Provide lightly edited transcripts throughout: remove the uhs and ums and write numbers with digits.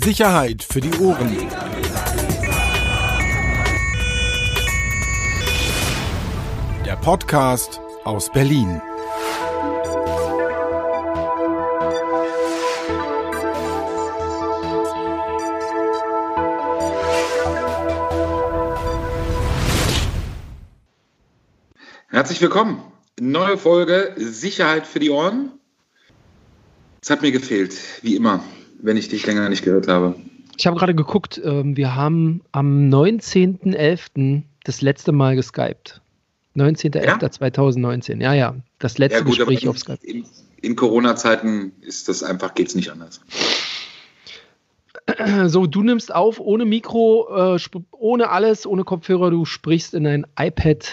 Sicherheit für die Ohren. Der Podcast aus Berlin. Herzlich willkommen. Neue Folge Sicherheit für die Ohren. Es hat mir gefehlt, wie immer, wenn ich dich länger nicht gehört habe. Ich habe gerade geguckt, wir haben am 19.11. das letzte Mal geskypt. 19.11.2019, ja. Das letzte Gespräch auf Skype. In Corona-Zeiten ist das einfach, geht's nicht anders. So, du nimmst auf ohne Mikro, ohne alles, ohne Kopfhörer, du sprichst in ein iPad.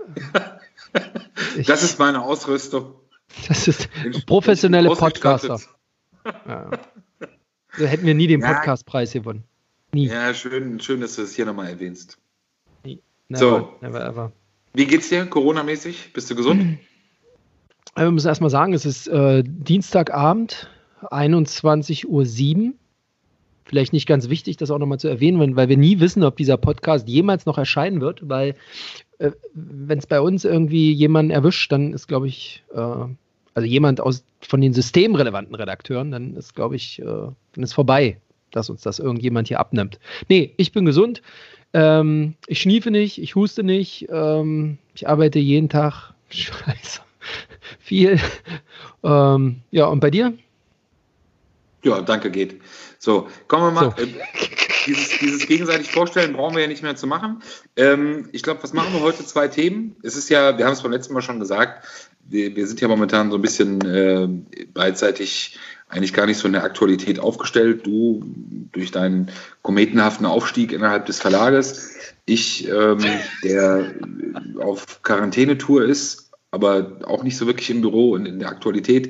Das ist meine Ausrüstung. Das ist professionelle Podcaster. Ja. So hätten wir nie den Podcastpreis gewonnen. Nie. Ja, schön, dass du es hier nochmal erwähnst. Never ever. Wie geht's dir, Corona-mäßig? Bist du gesund? Wir müssen erstmal sagen, es ist Dienstagabend, 21.07 Uhr. Vielleicht nicht ganz wichtig, das auch nochmal zu erwähnen, weil wir nie wissen, ob dieser Podcast jemals noch erscheinen wird, weil wenn es bei uns irgendwie jemanden erwischt, dann ist, glaube ich, also jemand von den systemrelevanten Redakteuren, dann ist, glaube ich, dann ist vorbei, dass uns das irgendjemand hier abnimmt. Nee, ich bin gesund, ich schniefe nicht, ich huste nicht, ich arbeite jeden Tag, scheiße, viel. Ja, und bei dir? Ja, danke, geht. So, kommen wir mal. So. Dieses gegenseitig Vorstellen brauchen wir ja nicht mehr zu machen. Ich glaube, was machen wir heute? 2 Themen. Es ist ja, wir haben es beim letzten Mal schon gesagt, wir sind ja momentan so ein bisschen beidseitig eigentlich gar nicht so in der Aktualität aufgestellt. Du durch deinen kometenhaften Aufstieg innerhalb des Verlages. Ich, der auf Quarantänetour ist, aber auch nicht so wirklich im Büro und in der Aktualität.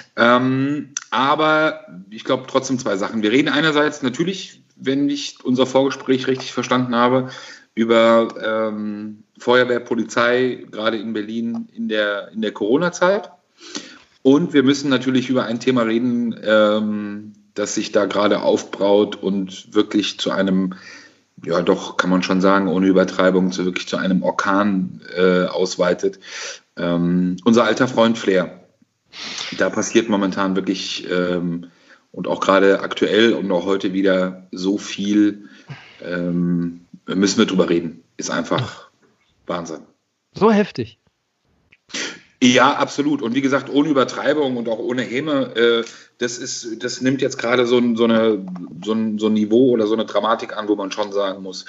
Aber ich glaube trotzdem 2 Sachen. Wir reden einerseits natürlich, wenn ich unser Vorgespräch richtig verstanden habe, über Feuerwehr, Polizei, gerade in Berlin in der Corona-Zeit. Und wir müssen natürlich über ein Thema reden, das sich da gerade aufbraut und wirklich zu einem, ja doch, kann man schon sagen, ohne Übertreibung, wirklich zu einem Orkan ausweitet. Unser alter Freund Flair. Da passiert momentan wirklich und auch gerade aktuell und auch heute wieder so viel, müssen wir drüber reden. Ist einfach Wahnsinn. So heftig. Ja, absolut. Und wie gesagt, ohne Übertreibung und auch ohne Häme, das nimmt jetzt gerade so ein Niveau oder so eine Dramatik an, wo man schon sagen muss,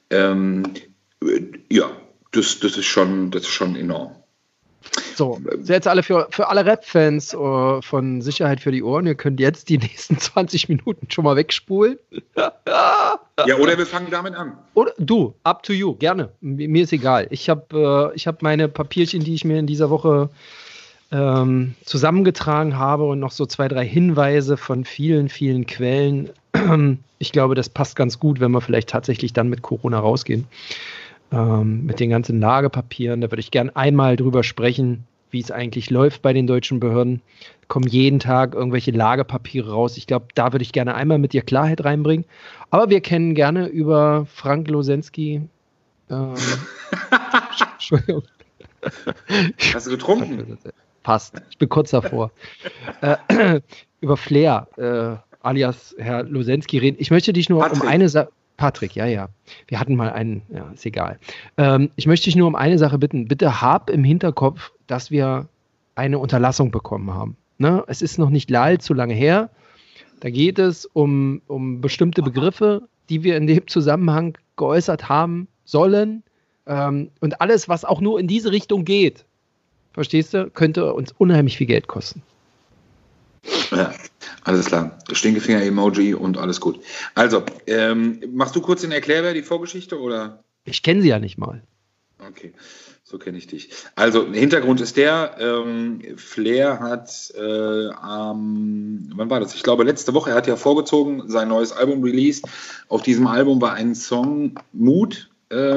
ja, das ist schon enorm. So, jetzt alle für alle Rap-Fans von Sicherheit für die Ohren, ihr könnt jetzt die nächsten 20 Minuten schon mal wegspulen. Ja, oder wir fangen damit an. Oder du, up to you, gerne. Mir ist egal. Ich hab meine Papierchen, die ich mir in dieser Woche zusammengetragen habe und noch so 2, 3 Hinweise von vielen, vielen Quellen. Ich glaube, das passt ganz gut, wenn wir vielleicht tatsächlich dann mit Corona rausgehen. Mit den ganzen Lagepapieren, da würde ich gern einmal drüber sprechen, wie es eigentlich läuft bei den deutschen Behörden. Kommen jeden Tag irgendwelche Lagepapiere raus. Ich glaube, da würde ich gerne einmal mit dir Klarheit reinbringen. Aber wir kennen gerne über Frank Losensky. Entschuldigung. Hast du getrunken? Passt. Ich bin kurz davor. Über Flair, alias Herr Losensky, reden. Ich möchte dich nur um eine Sache. Patrick, ja. Wir hatten mal einen, ja, ist egal. Ich möchte dich nur um eine Sache bitten. Bitte hab im Hinterkopf, dass wir eine Unterlassung bekommen haben. Ne? Es ist noch nicht allzu lange her. Da geht es um bestimmte Begriffe, die wir in dem Zusammenhang geäußert haben sollen. Und alles, was auch nur in diese Richtung geht, verstehst du, könnte uns unheimlich viel Geld kosten. Ja, alles klar. Stinkefinger-Emoji und alles gut. Also, machst du kurz den Erklärer, die Vorgeschichte, oder? Ich kenne sie ja nicht mal. Okay, so kenne ich dich. Also, Hintergrund ist der, Flair hat wann war das? Ich glaube, letzte Woche, er hat ja vorgezogen, sein neues Album released. Auf diesem Album war ein Song, Mut,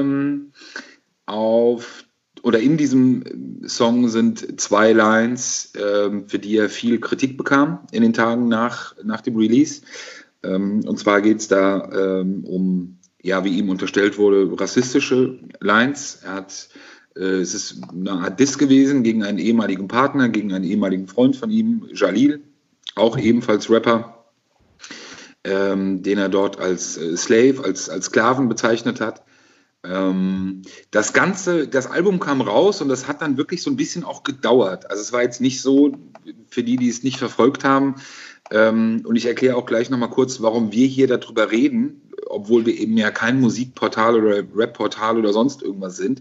in diesem Song sind 2 Lines, für die er viel Kritik bekam in den Tagen nach dem Release. Und zwar geht es da um, ja, wie ihm unterstellt wurde, rassistische Lines. Es ist eine Art Diss gewesen gegen einen ehemaligen Partner, gegen einen ehemaligen Freund von ihm, Jalil, auch ebenfalls Rapper, den er dort als Slave, als Sklaven bezeichnet hat. Das Album kam raus und das hat dann wirklich so ein bisschen auch gedauert. Also es war jetzt nicht so, für die es nicht verfolgt haben, und ich erkläre auch gleich nochmal kurz, warum wir hier darüber reden, obwohl wir eben ja kein Musikportal oder Rap-Portal oder sonst irgendwas sind.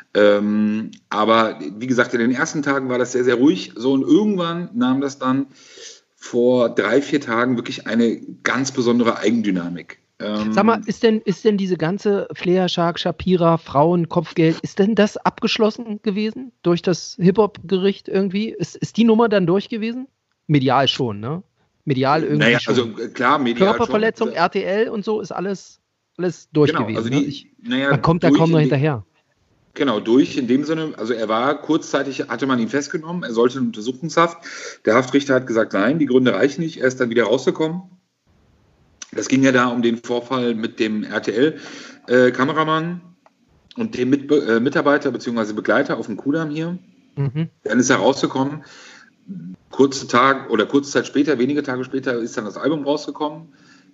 Aber wie gesagt, in den ersten Tagen war das sehr, sehr ruhig. So, und irgendwann nahm das dann vor 3-4 Tagen wirklich eine ganz besondere Eigendynamik. Sag mal, ist denn diese ganze Flair, Shark, Shapira, Frauen, Kopfgeld, ist denn das abgeschlossen gewesen durch das Hip-Hop-Gericht irgendwie? Ist die Nummer dann durch gewesen? Medial schon, ne? Medial irgendwie naja, schon. Also klar, medial Körperverletzung, schon. RTL und so ist alles durch Genau, gewesen. also man kommt da kaum noch hinterher. Genau, durch in dem Sinne, also er war kurzzeitig, hatte man ihn festgenommen, er sollte in Untersuchungshaft. Der Haftrichter hat gesagt, nein, die Gründe reichen nicht, er ist dann wieder rausgekommen. Das ging ja da um den Vorfall mit dem RTL-Kameramann und dem Mitarbeiter bzw. Begleiter auf dem Kudamm hier. Mhm. Dann ist er rausgekommen. Kurze Zeit später, wenige Tage später, ist dann das Album rausgekommen.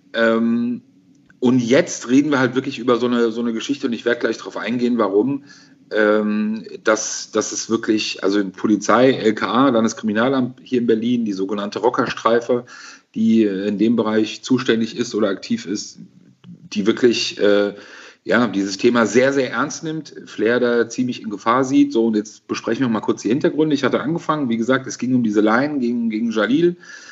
Und jetzt reden wir halt wirklich über so eine Geschichte und ich werde gleich darauf eingehen, warum. Dass es wirklich, also Polizei, LKA, Landeskriminalamt hier in Berlin, die sogenannte Rockerstreife, die in dem Bereich zuständig ist oder aktiv ist, die wirklich dieses Thema sehr, sehr ernst nimmt, Flair da ziemlich in Gefahr sieht. So, und jetzt besprechen wir mal kurz die Hintergründe. Ich hatte angefangen, wie gesagt, es ging um diese Line gegen Jalil,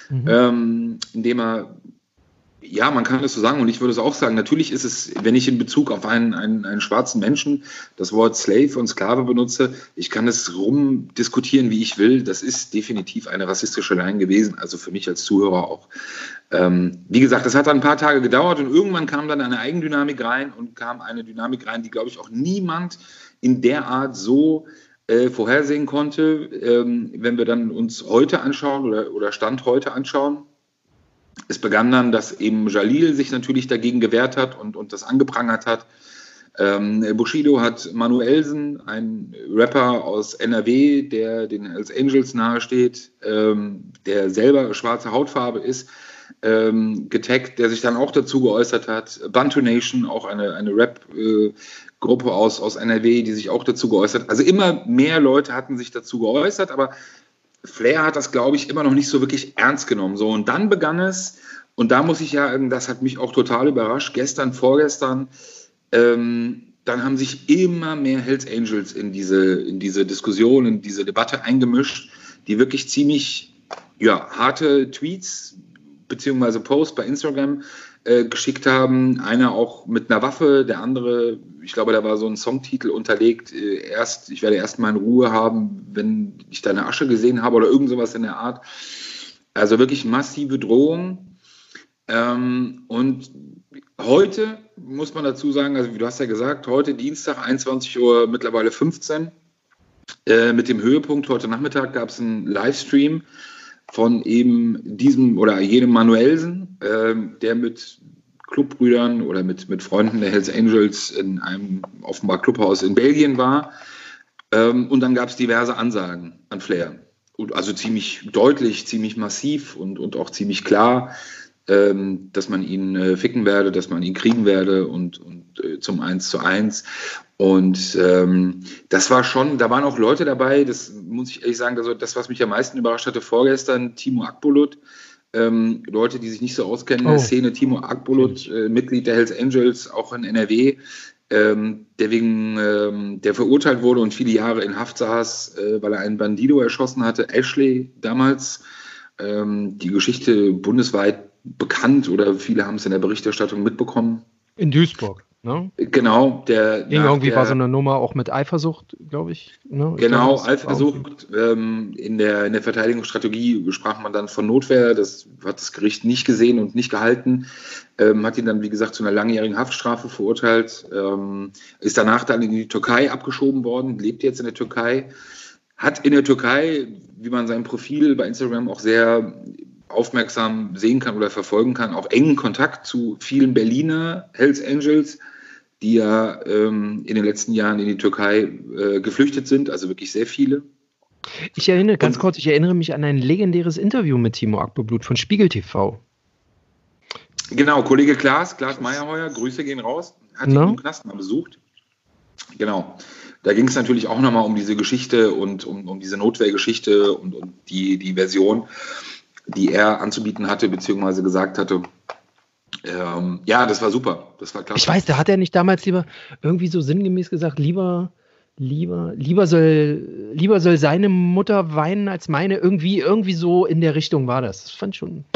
indem er, ja, man kann das so sagen und ich würde es auch sagen, natürlich ist es, wenn ich in Bezug auf einen schwarzen Menschen das Wort Slave und Sklave benutze, ich kann es rumdiskutieren, wie ich will, das ist definitiv eine rassistische Line gewesen, also für mich als Zuhörer auch. Wie gesagt, das hat dann ein paar Tage gedauert und irgendwann kam dann eine Eigendynamik rein und kam eine Dynamik rein, die, glaube ich, auch niemand in der Art so vorhersehen konnte, wenn wir dann uns heute anschauen oder Stand heute anschauen. Es begann dann, dass eben Jalil sich natürlich dagegen gewehrt hat und das angeprangert hat. Bushido hat Manuelsen, ein Rapper aus NRW, der den Hells Angels nahesteht, der selber schwarze Hautfarbe ist, getaggt, der sich dann auch dazu geäußert hat. Bantu Nation, auch eine Rap-Gruppe aus NRW, die sich auch dazu geäußert hat. Also immer mehr Leute hatten sich dazu geäußert, aber Flair hat das, glaube ich, immer noch nicht so wirklich ernst genommen. So, und dann begann es, und da muss ich sagen, das hat mich auch total überrascht, vorgestern, dann haben sich immer mehr Hells Angels in diese Diskussion, in diese Debatte eingemischt, die wirklich ziemlich harte Tweets beziehungsweise Posts bei Instagram geschickt haben. Einer auch mit einer Waffe, der andere, ich glaube, da war so ein Songtitel unterlegt, ich werde erst mal in Ruhe haben, wenn ich deine Asche gesehen habe oder irgend sowas in der Art. Also wirklich massive Drohung. Und heute muss man dazu sagen, also wie du hast ja gesagt, heute Dienstag, 21 Uhr, mittlerweile 15, mit dem Höhepunkt heute Nachmittag gab es einen Livestream von eben diesem oder jenem Manuelsen, der mit Clubbrüdern oder mit Freunden der Hells Angels in einem offenbar Clubhaus in Belgien war. Und dann gab es diverse Ansagen an Flair. Und also ziemlich deutlich, ziemlich massiv und auch ziemlich klar, dass man ihn ficken werde, dass man ihn kriegen werde und zum 1:1. Und das war schon, da waren auch Leute dabei, das muss ich ehrlich sagen, also das, was mich am meisten überrascht hatte vorgestern, Timo Akbulut, Leute, die sich nicht so auskennen in der Szene, Timo Akbulut, Mitglied der Hells Angels, auch in NRW, der verurteilt wurde und viele Jahre in Haft saß, weil er einen Bandido erschossen hatte, Ashley damals, die Geschichte bundesweit bekannt oder viele haben es in der Berichterstattung mitbekommen. In Duisburg, ne? Genau. Irgendwie war so eine Nummer auch mit Eifersucht, glaube ich. Ne? Genau, Eifersucht. In der Verteidigungsstrategie sprach man dann von Notwehr. Das hat das Gericht nicht gesehen und nicht gehalten. Hat ihn dann, wie gesagt, zu einer langjährigen Haftstrafe verurteilt. Ist danach dann in die Türkei abgeschoben worden, lebt jetzt in der Türkei. Hat in der Türkei, wie man sein Profil bei Instagram auch sehr aufmerksam sehen kann oder verfolgen kann, auch engen Kontakt zu vielen Berliner Hells Angels, die ja in den letzten Jahren in die Türkei geflüchtet sind, also wirklich sehr viele. Ich erinnere mich an ein legendäres Interview mit Timo Akbulut von Spiegel TV. Genau, Kollege Klaas Meyerheuer, Grüße gehen raus, hat ihn im Knast mal besucht. Genau, da ging es natürlich auch nochmal um diese Geschichte und um diese Notwehrgeschichte und die Version, die er anzubieten hatte, beziehungsweise gesagt hatte. Ja, das war super, das war klasse. Ich weiß, da hat er nicht damals lieber irgendwie so sinngemäß gesagt, lieber soll seine Mutter weinen als meine, irgendwie so in der Richtung war das. Das fand ich schon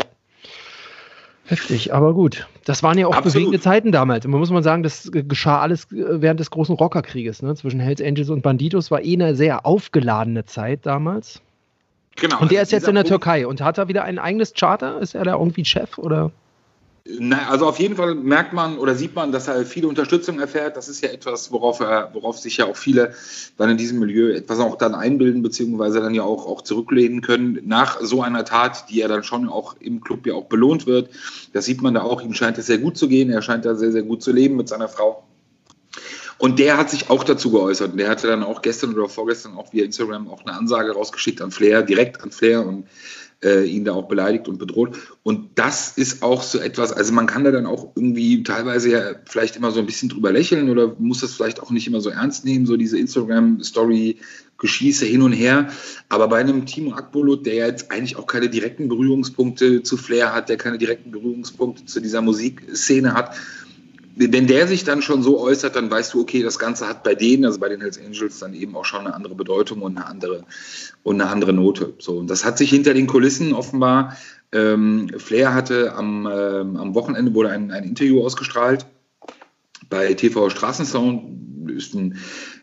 heftig, aber gut. Das waren ja auch bewegende Zeiten damals. Und man muss mal sagen, das geschah alles während des großen Rockerkrieges, ne? Zwischen Hells Angels und Bandidos war eine sehr aufgeladene Zeit damals. Genau. Und der ist jetzt in der Türkei und hat da wieder ein eigenes Charter? Ist er da irgendwie Chef oder? Also auf jeden Fall merkt man oder sieht man, dass er viele Unterstützung erfährt. Das ist ja etwas, worauf sich ja auch viele dann in diesem Milieu etwas auch dann einbilden, beziehungsweise dann ja auch zurücklehnen können nach so einer Tat, die ja dann schon auch im Club ja auch belohnt wird. Das sieht man da auch. Ihm scheint es sehr gut zu gehen. Er scheint da sehr, sehr gut zu leben mit seiner Frau. Und der hat sich auch dazu geäußert. Und der hatte dann auch gestern oder vorgestern auch via Instagram auch eine Ansage rausgeschickt an Flair, direkt an Flair und ihn da auch beleidigt und bedroht. Und das ist auch so etwas, also man kann da dann auch irgendwie teilweise ja vielleicht immer so ein bisschen drüber lächeln oder muss das vielleicht auch nicht immer so ernst nehmen, so diese Instagram-Story-Geschieße hin und her. Aber bei einem Timo Akbulut, der jetzt eigentlich auch keine direkten Berührungspunkte zu Flair hat, der keine direkten Berührungspunkte zu dieser Musikszene hat, wenn der sich dann schon so äußert, dann weißt du, okay, das Ganze hat bei denen, also bei den Hells Angels, dann eben auch schon eine andere Bedeutung und eine andere Note. So, und das hat sich hinter den Kulissen offenbar. Flair hatte am Wochenende wurde ein Interview ausgestrahlt bei TV Straßensound. Ist ein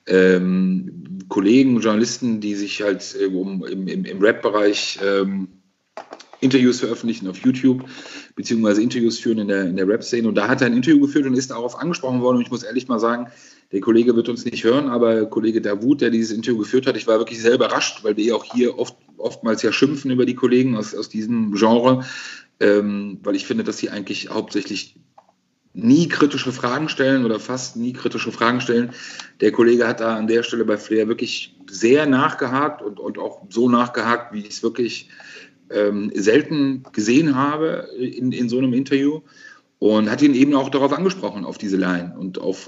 Kollegen, Journalisten, die sich halt im Rap-Bereich Interviews veröffentlichen auf YouTube, beziehungsweise Interviews führen in der Rap-Szene. Und da hat er ein Interview geführt und ist darauf angesprochen worden. Und ich muss ehrlich mal sagen, der Kollege wird uns nicht hören, aber Kollege Davut, der dieses Interview geführt hat, ich war wirklich sehr überrascht, weil wir auch hier oftmals ja schimpfen über die Kollegen aus diesem Genre, weil ich finde, dass sie eigentlich hauptsächlich nie kritische Fragen stellen oder fast nie kritische Fragen stellen. Der Kollege hat da an der Stelle bei Flair wirklich sehr nachgehakt und auch so nachgehakt, wie ich es wirklich selten gesehen habe in so einem Interview und hat ihn eben auch darauf angesprochen, auf diese Line und auf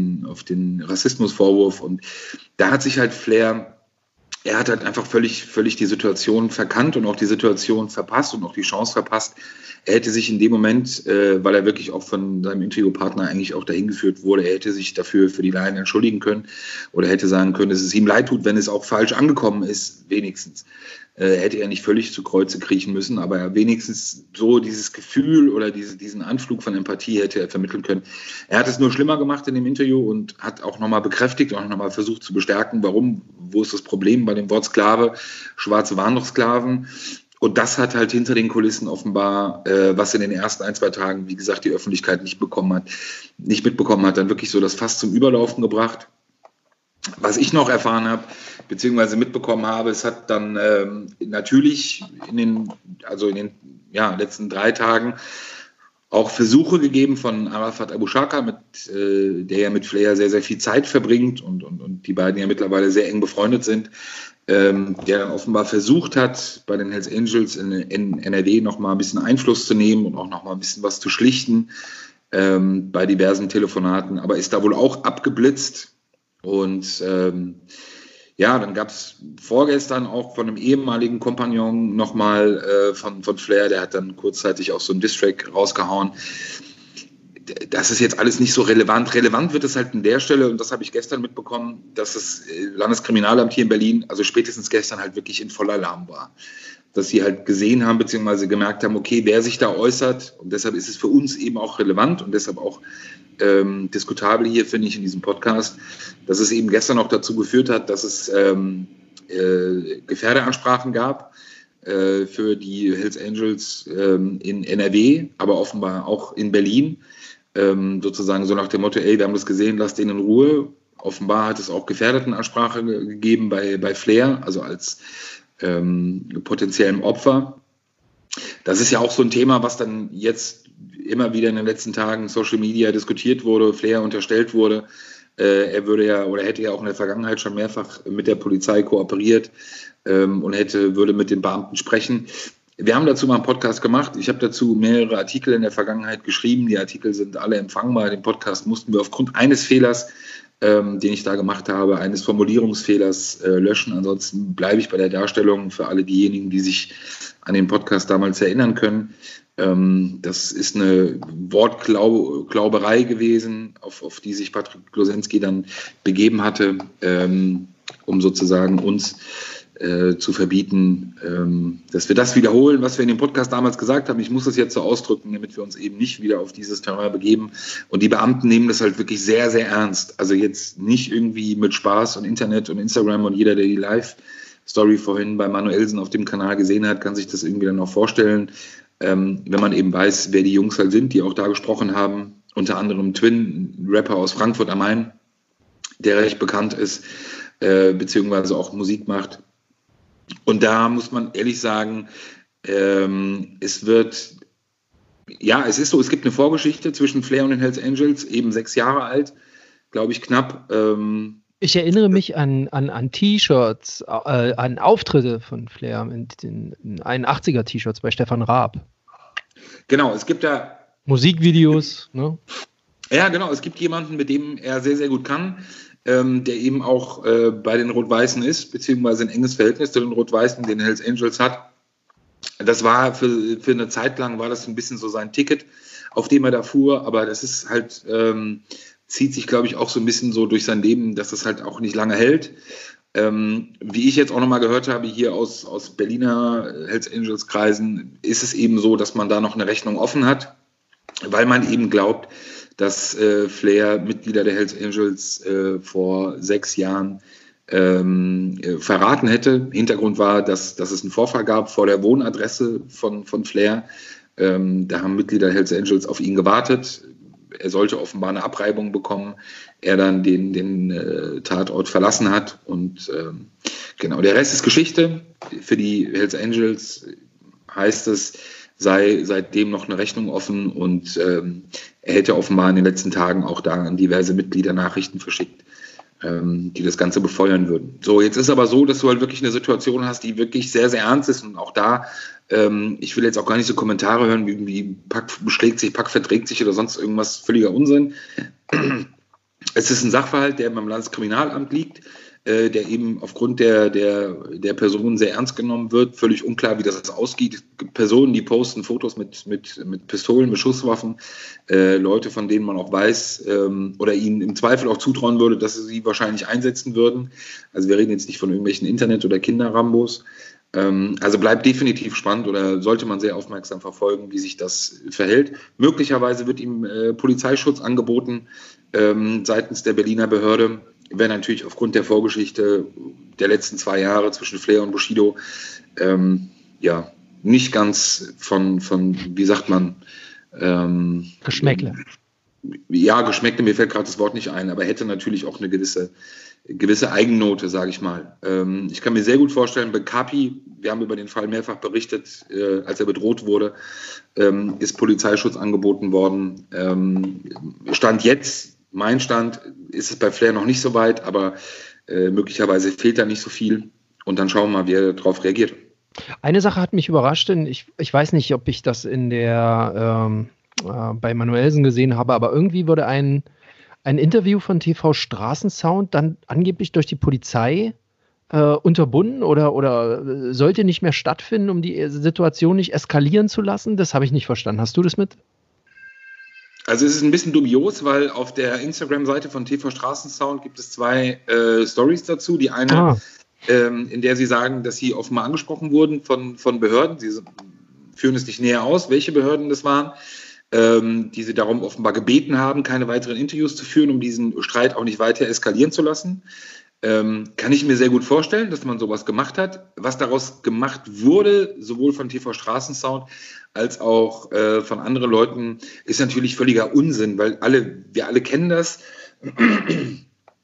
den Rassismusvorwurf. Und da hat sich halt Flair, er hat halt einfach völlig die Situation verkannt und auch die Situation verpasst und auch die Chance verpasst. Er hätte sich in dem Moment, weil er wirklich auch von seinem Interviewpartner eigentlich auch dahin geführt wurde, er hätte sich dafür für die Line entschuldigen können oder hätte sagen können, dass es ihm leid tut, wenn es auch falsch angekommen ist, wenigstens. Hätte er nicht völlig zu Kreuze kriechen müssen, aber er wenigstens so dieses Gefühl oder diesen Anflug von Empathie hätte er vermitteln können. Er hat es nur schlimmer gemacht in dem Interview und hat auch nochmal bekräftigt und auch nochmal versucht zu bestärken, wo ist das Problem bei dem Wort Sklave? Schwarze waren doch Sklaven. Und das hat halt hinter den Kulissen offenbar, was in den ersten 1-2 Tagen, wie gesagt, die Öffentlichkeit nicht mitbekommen hat, dann wirklich so das Fass zum Überlaufen gebracht. Was ich noch erfahren habe, beziehungsweise mitbekommen habe, es hat dann natürlich in den letzten 3 Tagen auch Versuche gegeben von Arafat Abu Shaka, der ja mit Flair sehr, sehr viel Zeit verbringt und die beiden ja mittlerweile sehr eng befreundet sind, der dann offenbar versucht hat, bei den Hells Angels in NRW nochmal ein bisschen Einfluss zu nehmen und auch nochmal ein bisschen was zu schlichten bei diversen Telefonaten, aber ist da wohl auch abgeblitzt. Und dann gab es vorgestern auch von einem ehemaligen Kompagnon nochmal von Flair, der hat dann kurzzeitig auch so einen Diss-Track rausgehauen. Das ist jetzt alles nicht so relevant. Relevant wird es halt an der Stelle, und das habe ich gestern mitbekommen, dass das Landeskriminalamt hier in Berlin, also spätestens gestern halt wirklich in voller Alarm war. Dass sie halt gesehen haben, beziehungsweise gemerkt haben, okay, wer sich da äußert, und deshalb ist es für uns eben auch relevant und deshalb auch diskutabel hier, finde ich, in diesem Podcast, dass es eben gestern auch dazu geführt hat, dass es Gefährderansprachen gab für die Hells Angels in NRW, aber offenbar auch in Berlin, sozusagen so nach dem Motto, ey, wir haben das gesehen, lasst den in Ruhe. Offenbar hat es auch Gefährdetenansprache gegeben bei Flair, also als potenziellem Opfer. Das ist ja auch so ein Thema, was dann jetzt immer wieder in den letzten Tagen Social Media diskutiert wurde, Flair unterstellt wurde. Er würde ja oder hätte ja auch in der Vergangenheit schon mehrfach mit der Polizei kooperiert und würde mit den Beamten sprechen. Wir haben dazu mal einen Podcast gemacht. Ich habe dazu mehrere Artikel in der Vergangenheit geschrieben. Die Artikel sind alle empfangbar. Den Podcast mussten wir aufgrund eines Fehlers, den ich da gemacht habe, eines Formulierungsfehlers löschen. Ansonsten bleibe ich bei der Darstellung für alle diejenigen, die sich an den Podcast damals erinnern können. Das ist eine Wortglauberei gewesen, auf die sich Patrick Glosensky dann begeben hatte, um sozusagen uns zu verbieten, dass wir das wiederholen, was wir in dem Podcast damals gesagt haben. Ich muss das jetzt so ausdrücken, damit wir uns eben nicht wieder auf dieses Terrain begeben. Und die Beamten nehmen das halt wirklich sehr, sehr ernst. Also jetzt nicht irgendwie mit Spaß und Internet und Instagram und jeder, der die Live-Story vorhin bei Manuelsen auf dem Kanal gesehen hat, kann sich das irgendwie dann auch vorstellen. Wenn man eben weiß, wer die Jungs halt sind, die auch da gesprochen haben. Unter anderem Twin, ein Rapper aus Frankfurt am Main, der recht bekannt ist, beziehungsweise auch Musik macht. Und da muss man ehrlich sagen, es ist so, es gibt eine Vorgeschichte zwischen Flair und den Hells Angels, eben 6 Jahre alt, glaube ich, knapp. Ich erinnere mich an T-Shirts, an Auftritte von Flair in 81er T-Shirts bei Stefan Raab. Genau, es gibt da Musikvideos, ne? Ja, genau, es gibt jemanden, mit dem er sehr, sehr gut kann, der eben auch bei den Rot-Weißen ist, beziehungsweise ein enges Verhältnis zu den Rot-Weißen, den Hells Angels hat. Das war für eine Zeit lang, war das ein bisschen so sein Ticket, auf dem er da fuhr, aber das ist halt, zieht sich, glaube ich, auch so ein bisschen so durch sein Leben, dass das halt auch nicht lange hält. Wie ich jetzt auch nochmal gehört habe, hier aus Berliner Hells Angels Kreisen, ist es eben so, dass man da noch eine Rechnung offen hat, weil man eben glaubt, dass Flair Mitglieder der Hells Angels vor 6 Jahren verraten hätte. Hintergrund war, dass es einen Vorfall gab vor der Wohnadresse von Flair. Da haben Mitglieder der Hells Angels auf ihn gewartet. Er sollte offenbar eine Abreibung bekommen. Er dann den Tatort verlassen hat. Und genau, der Rest ist Geschichte. Für die Hells Angels heißt es, sei seitdem noch eine Rechnung offen und er hätte offenbar in den letzten Tagen auch da an diverse Mitglieder Nachrichten verschickt, die das Ganze befeuern würden. So, jetzt ist aber so, dass du halt wirklich eine Situation hast, die wirklich sehr, sehr ernst ist und auch da, ich will jetzt auch gar nicht so Kommentare hören, wie Pack beschlägt sich, Pack verträgt sich oder sonst irgendwas, völliger Unsinn. Es ist ein Sachverhalt, der beim Landeskriminalamt liegt, der eben aufgrund der Personen sehr ernst genommen wird. Völlig unklar, wie das ausgeht. Personen, die posten Fotos mit Pistolen, mit Schusswaffen, Leute, von denen man auch weiß oder ihnen im Zweifel auch zutrauen würde, dass sie wahrscheinlich einsetzen würden. Also wir reden jetzt nicht von irgendwelchen Internet- oder Kinderrambos. Also bleibt definitiv spannend oder sollte man sehr aufmerksam verfolgen, wie sich das verhält. Möglicherweise wird ihm Polizeischutz angeboten seitens der Berliner Behörde. Wäre natürlich aufgrund der Vorgeschichte der letzten 2 Jahre zwischen Flair und Bushido nicht ganz von wie sagt man, Geschmäckle. Ja, Geschmäckle, mir fällt gerade das Wort nicht ein, aber hätte natürlich auch eine gewisse Eigennote, sage ich mal. Ich kann mir sehr gut vorstellen, bei Kapi, wir haben über den Fall mehrfach berichtet, als er bedroht wurde, ist Polizeischutz angeboten worden. Stand jetzt, mein Stand, ist es bei Flair noch nicht so weit, aber möglicherweise fehlt da nicht so viel und dann schauen wir mal, wie er darauf reagiert. Eine Sache hat mich überrascht, denn ich weiß nicht, ob ich das in der bei Manuelsen gesehen habe, aber irgendwie wurde ein Interview von TV Straßensound dann angeblich durch die Polizei unterbunden oder sollte nicht mehr stattfinden, um die Situation nicht eskalieren zu lassen. Das habe ich nicht verstanden. Hast du das mit? Also es ist ein bisschen dubios, weil auf der Instagram-Seite von TV Straßensound gibt es 2 Stories dazu. Die eine, in der sie sagen, dass sie offenbar angesprochen wurden von Behörden. Sie führen es nicht näher aus, welche Behörden das waren, die sie darum offenbar gebeten haben, keine weiteren Interviews zu führen, um diesen Streit auch nicht weiter eskalieren zu lassen. Kann ich mir sehr gut vorstellen, dass man sowas gemacht hat. Was daraus gemacht wurde, sowohl von TV Straßensound als auch von anderen Leuten, ist natürlich völliger Unsinn, weil wir alle kennen das.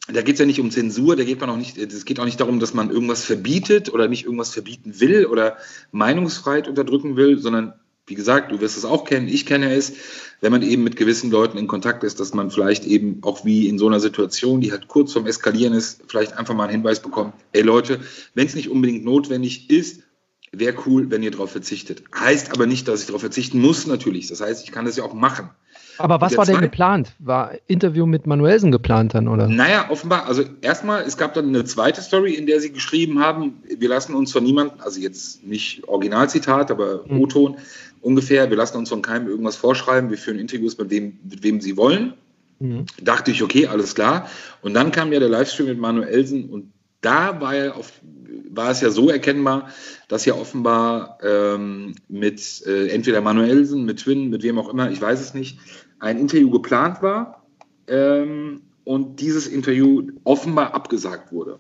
da geht es ja nicht um Zensur, es geht auch nicht darum, dass man irgendwas verbietet oder nicht irgendwas verbieten will oder Meinungsfreiheit unterdrücken will, sondern wie gesagt, du wirst es auch kennen, ich kenne es, wenn man eben mit gewissen Leuten in Kontakt ist, dass man vielleicht eben auch wie in so einer Situation, die halt kurz vorm Eskalieren ist, vielleicht einfach mal einen Hinweis bekommt, ey Leute, wenn es nicht unbedingt notwendig ist, wäre cool, wenn ihr darauf verzichtet. Heißt aber nicht, dass ich darauf verzichten muss natürlich, das heißt, ich kann das ja auch machen. Aber was war denn geplant? War Interview mit Manuellsen geplant dann, oder? Naja, offenbar, also erstmal, es gab dann eine zweite Story, in der sie geschrieben haben, wir lassen uns von niemandem, also jetzt nicht Originalzitat, aber O-Ton ungefähr, wir lassen uns von keinem irgendwas vorschreiben, wir führen Interviews mit wem sie wollen. Dachte ich, okay, alles klar. Und dann kam ja der Livestream mit Manuellsen und da war es ja so erkennbar, dass ja offenbar mit entweder Manuellsen, mit Twin, mit wem auch immer, ich weiß es nicht, ein Interview geplant war und dieses Interview offenbar abgesagt wurde.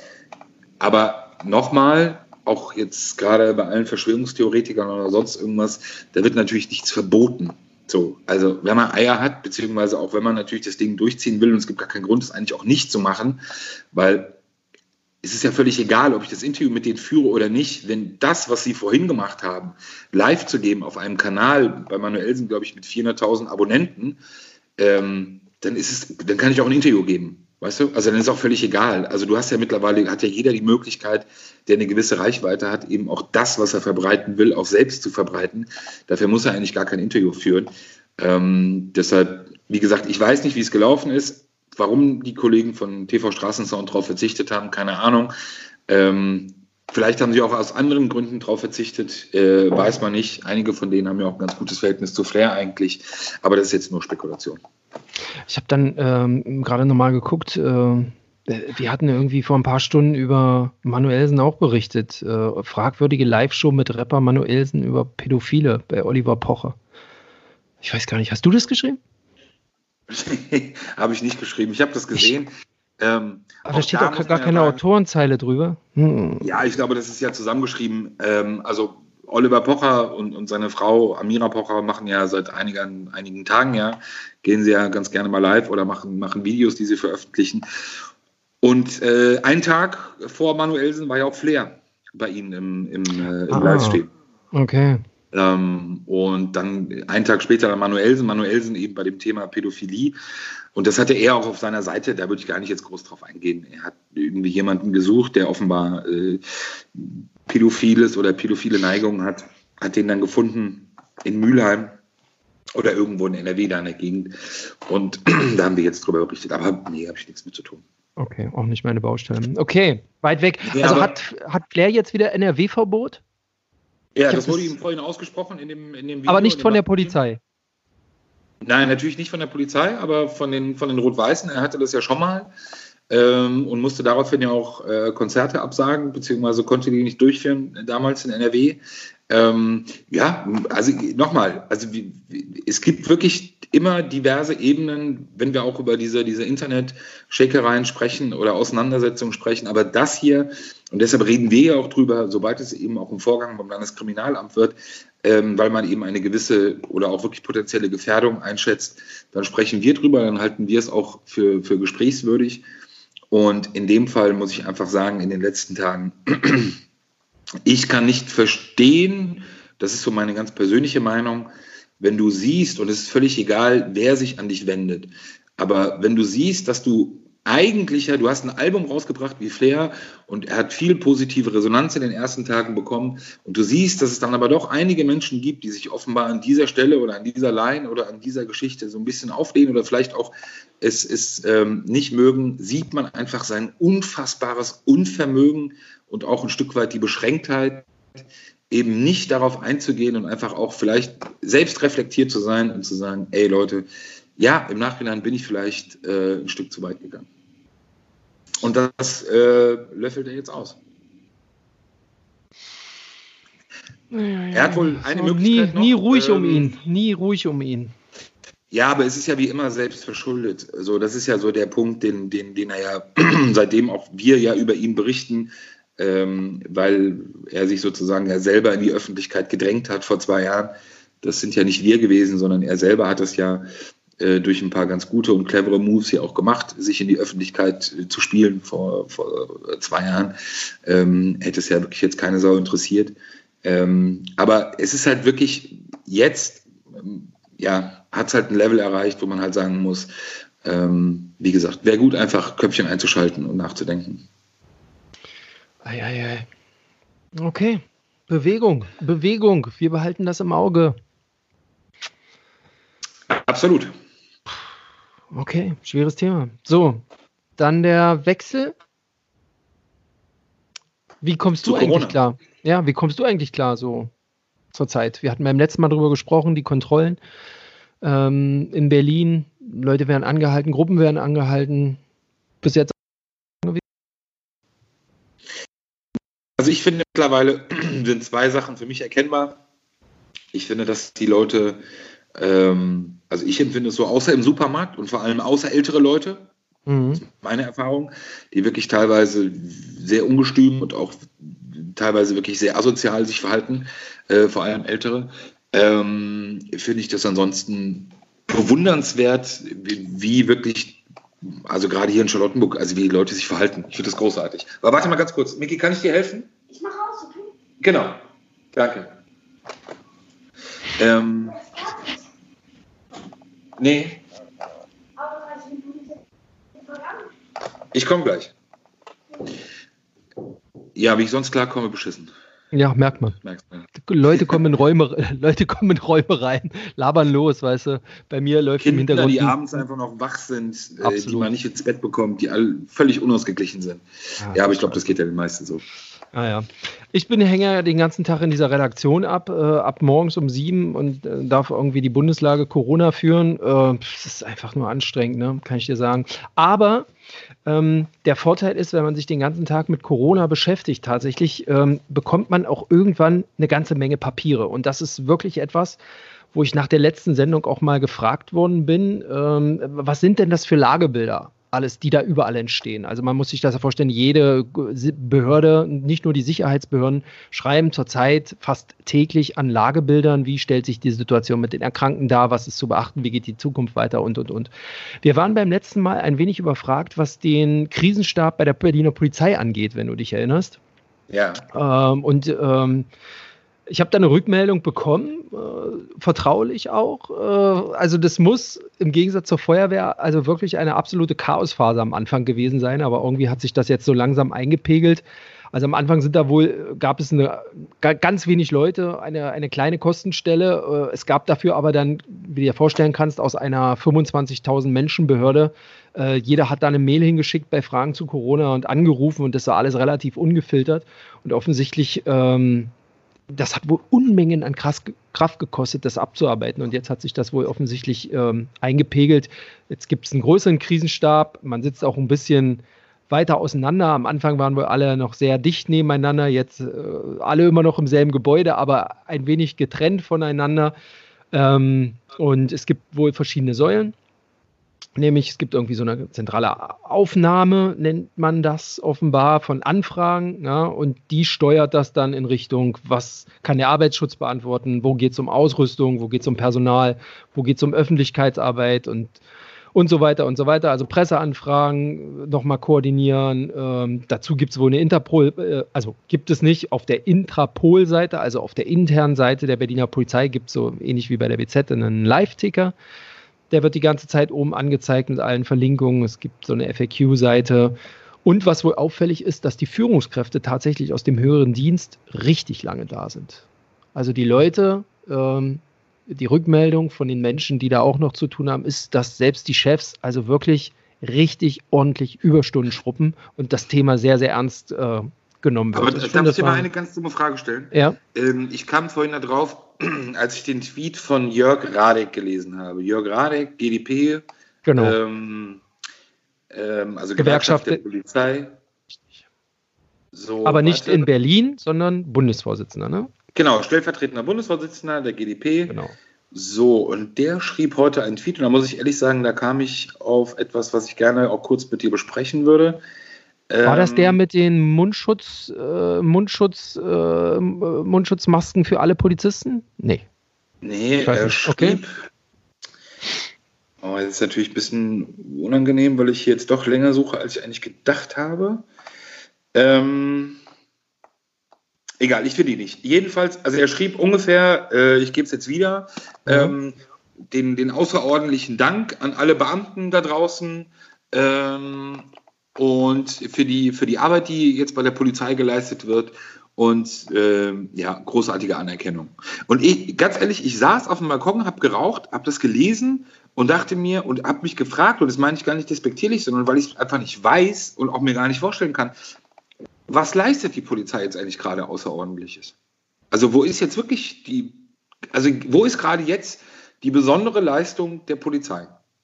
Aber nochmal, auch jetzt gerade bei allen Verschwörungstheoretikern oder sonst irgendwas, da wird natürlich nichts verboten. So, also wenn man Eier hat, beziehungsweise auch wenn man natürlich das Ding durchziehen will und es gibt gar keinen Grund, das eigentlich auch nicht zu machen, weil es ist ja völlig egal, ob ich das Interview mit denen führe oder nicht, wenn das, was sie vorhin gemacht haben, live zu geben auf einem Kanal, bei Manuellsen, glaube ich, mit 400.000 Abonnenten, dann kann ich auch ein Interview geben, weißt du? Also dann ist es auch völlig egal. Also du hast ja mittlerweile, hat ja jeder die Möglichkeit, der eine gewisse Reichweite hat, eben auch das, was er verbreiten will, auch selbst zu verbreiten. Dafür muss er eigentlich gar kein Interview führen. Deshalb, wie gesagt, ich weiß nicht, wie es gelaufen ist. Warum die Kollegen von TV Straßensound darauf verzichtet haben, keine Ahnung. Vielleicht haben sie auch aus anderen Gründen darauf verzichtet, weiß man nicht. Einige von denen haben ja auch ein ganz gutes Verhältnis zu Flair eigentlich, aber das ist jetzt nur Spekulation. Ich habe dann gerade nochmal geguckt, wir hatten irgendwie vor ein paar Stunden über Manuellsen auch berichtet. Fragwürdige Live-Show mit Rapper Manuellsen über Pädophile bei Oliver Pocher. Ich weiß gar nicht, hast du das geschrieben? Habe ich nicht geschrieben. Ich habe das gesehen. Aber da steht auch gar keine Autorenzeile drüber. Ja, ich glaube, das ist ja zusammengeschrieben. Also Oliver Pocher und seine Frau Amira Pocher machen ja seit einigen Tagen gehen sie ja ganz gerne mal live oder machen Videos, die sie veröffentlichen. Und einen Tag vor Manuellsen war ja auch Flair bei ihnen im Livestream. Okay. Und dann einen Tag später dann Manuellsen eben bei dem Thema Pädophilie. Und das hatte er auch auf seiner Seite, da würde ich gar nicht jetzt groß drauf eingehen. Er hat irgendwie jemanden gesucht, der offenbar Pädophiles oder pädophile Neigungen hat den dann gefunden in Mülheim oder irgendwo in NRW da in der Gegend. Und da haben wir jetzt drüber berichtet. Aber nee, habe ich nichts mit zu tun. Okay, auch nicht meine Baustelle. Okay, weit weg. Ja, also hat Flair jetzt wieder NRW-Verbot? Ja, das wurde ihm vorhin ausgesprochen in dem Video. Aber nicht von der Polizei? Nein, natürlich nicht von der Polizei, aber von den Rot-Weißen. Er hatte das ja schon mal und musste daraufhin ja auch Konzerte absagen, beziehungsweise konnte die nicht durchführen, damals in NRW. Also nochmal, es gibt wirklich immer diverse Ebenen, wenn wir auch über diese Internet-Schäkereien sprechen oder Auseinandersetzungen sprechen, aber das hier, und deshalb reden wir ja auch drüber, sobald es eben auch im Vorgang beim Landeskriminalamt wird, weil man eben eine gewisse oder auch wirklich potenzielle Gefährdung einschätzt, dann sprechen wir drüber, dann halten wir es auch für gesprächswürdig. Und in dem Fall muss ich einfach sagen, in den letzten Tagen, ich kann nicht verstehen, das ist so meine ganz persönliche Meinung, wenn du siehst, und es ist völlig egal, wer sich an dich wendet, aber wenn du siehst, dass du du hast ein Album rausgebracht wie Flair und er hat viel positive Resonanz in den ersten Tagen bekommen und du siehst, dass es dann aber doch einige Menschen gibt, die sich offenbar an dieser Stelle oder an dieser Line oder an dieser Geschichte so ein bisschen auflehnen oder vielleicht auch es nicht mögen, sieht man einfach sein unfassbares Unvermögen und auch ein Stück weit die Beschränktheit, eben nicht darauf einzugehen und einfach auch vielleicht selbst reflektiert zu sein und zu sagen, ey Leute, ja, im Nachhinein bin ich vielleicht ein Stück zu weit gegangen. Und das löffelt er jetzt aus. Er hat wohl eine Möglichkeit noch. Nie ruhig um ihn. Ja, aber es ist ja wie immer selbst verschuldet. Also das ist ja so der Punkt, den er ja, seitdem auch wir ja über ihn berichten, weil er sich sozusagen ja selber in die Öffentlichkeit gedrängt hat vor 2 Jahren. Das sind ja nicht wir gewesen, sondern er selber hat das ja durch ein paar ganz gute und clevere Moves hier auch gemacht, sich in die Öffentlichkeit zu spielen vor 2 Jahren. Hätte es ja wirklich jetzt keine Sau interessiert. Aber es ist halt wirklich jetzt, hat es halt ein Level erreicht, wo man halt sagen muss, wie gesagt, wäre gut, einfach Köpfchen einzuschalten und nachzudenken. Eieiei. Okay, Bewegung. Wir behalten das im Auge. Absolut. Okay, schweres Thema. So, dann der Wechsel. Wie kommst du eigentlich klar? Ja, wie kommst du eigentlich klar so zur Zeit? Wir hatten beim letzten Mal darüber gesprochen, die Kontrollen in Berlin. Leute werden angehalten, Gruppen werden angehalten. Bis jetzt. Also ich finde mittlerweile sind 2 Sachen für mich erkennbar. Ich finde, dass die Leute, also ich empfinde es so, außer im Supermarkt und vor allem außer ältere Leute, das ist meine Erfahrung, die wirklich teilweise sehr ungestüm und auch teilweise wirklich sehr asozial sich verhalten, vor allem ältere, finde ich das ansonsten bewundernswert, wie wirklich, also gerade hier in Charlottenburg, also wie die Leute sich verhalten. Ich finde das großartig. Aber warte mal ganz kurz. Miki, kann ich dir helfen? Ich mache aus, okay? Genau. Danke. Nee. Ich komme gleich. Ja, wie ich sonst klarkomme, beschissen. Ja, merkt man. Leute kommen in Räume rein, labern los, weißt du. Bei mir läuft Kinder, im Hintergrund. Die abends einfach noch wach sind, die man nicht ins Bett bekommt, die alle völlig unausgeglichen sind. Ja, aber ich glaube, das geht ja den meisten so. Ah ja. Ich hänge ja den ganzen Tag in dieser Redaktion ab morgens um 7 und darf irgendwie die Bundeslage Corona führen. Das ist einfach nur anstrengend, ne? Kann ich dir sagen. Aber der Vorteil ist, wenn man sich den ganzen Tag mit Corona beschäftigt, tatsächlich bekommt man auch irgendwann eine ganze Menge Papiere. Und das ist wirklich etwas, wo ich nach der letzten Sendung auch mal gefragt worden bin, was sind denn das für Lagebilder? Alles, die da überall entstehen. Also man muss sich das ja vorstellen, jede Behörde, nicht nur die Sicherheitsbehörden, schreiben zurzeit fast täglich an Lagebildern, wie stellt sich die Situation mit den Erkrankten dar, was ist zu beachten, wie geht die Zukunft weiter und. Wir waren beim letzten Mal ein wenig überfragt, was den Krisenstab bei der Berliner Polizei angeht, wenn du dich erinnerst. Ja. Ich habe da eine Rückmeldung bekommen, vertraulich auch. Also das muss im Gegensatz zur Feuerwehr also wirklich eine absolute Chaosphase am Anfang gewesen sein, aber irgendwie hat sich das jetzt so langsam eingepegelt. Also am Anfang gab es ganz wenig Leute, eine kleine Kostenstelle. Es gab dafür aber dann, wie du dir vorstellen kannst, aus einer 25.000 Menschen Behörde, jeder hat da eine Mail hingeschickt bei Fragen zu Corona und angerufen und das war alles relativ ungefiltert und offensichtlich das hat wohl Unmengen an Kraft gekostet, das abzuarbeiten. Und jetzt hat sich das wohl offensichtlich eingepegelt. Jetzt gibt es einen größeren Krisenstab. Man sitzt auch ein bisschen weiter auseinander. Am Anfang waren wohl alle noch sehr dicht nebeneinander. Jetzt alle immer noch im selben Gebäude, aber ein wenig getrennt voneinander. Und es gibt wohl verschiedene Säulen. Nämlich, es gibt irgendwie so eine zentrale Aufnahme, nennt man das offenbar, von Anfragen. Ja, und die steuert das dann in Richtung, was kann der Arbeitsschutz beantworten, wo geht es um Ausrüstung, wo geht es um Personal, wo geht es um Öffentlichkeitsarbeit und so weiter und so weiter. Also Presseanfragen nochmal koordinieren. Dazu gibt es wohl eine Interpol, also gibt es nicht auf der Intrapol-Seite, also auf der internen Seite der Berliner Polizei gibt es so ähnlich wie bei der BZ einen Live-Ticker. Der wird die ganze Zeit oben angezeigt mit allen Verlinkungen. Es gibt so eine FAQ-Seite. Und was wohl auffällig ist, dass die Führungskräfte tatsächlich aus dem höheren Dienst richtig lange da sind. Also die Leute, die Rückmeldung von den Menschen, die da auch noch zu tun haben, ist, dass selbst die Chefs also wirklich richtig ordentlich Überstunden schruppen und das Thema sehr, sehr ernst genommen wird. Aber darf ich dir mal eine ganz dumme Frage stellen? Ja. Ich kam vorhin da drauf, als ich den Tweet von Jörg Radek gelesen habe. Jörg Radek, GdP, genau. Also Gewerkschaft der Polizei. So, aber nicht in Berlin, sondern Bundesvorsitzender, ne? Genau, stellvertretender Bundesvorsitzender der GdP. Genau. So, und der schrieb heute einen Tweet, und da muss ich ehrlich sagen, da kam ich auf etwas, was ich gerne auch kurz mit dir besprechen würde. War das der mit den Mundschutzmasken für alle Polizisten? Nee. Nee, er schrieb, Oh, das ist natürlich ein bisschen unangenehm, weil ich hier jetzt doch länger suche, als ich eigentlich gedacht habe. Egal, ich finde die nicht. Jedenfalls, also er schrieb ungefähr, ich gebe es jetzt wieder, den außerordentlichen Dank an alle Beamten da draußen und für die Arbeit, die jetzt bei der Polizei geleistet wird und großartige Anerkennung. Und ganz ehrlich, ich saß auf dem Balkon, habe geraucht, habe das gelesen und dachte mir und habe mich gefragt, und das meine ich gar nicht despektierlich, sondern weil ich es einfach nicht weiß und auch mir gar nicht vorstellen kann, was leistet die Polizei jetzt eigentlich gerade Außerordentliches? Also wo ist jetzt wirklich wo ist gerade jetzt die besondere Leistung der Polizei?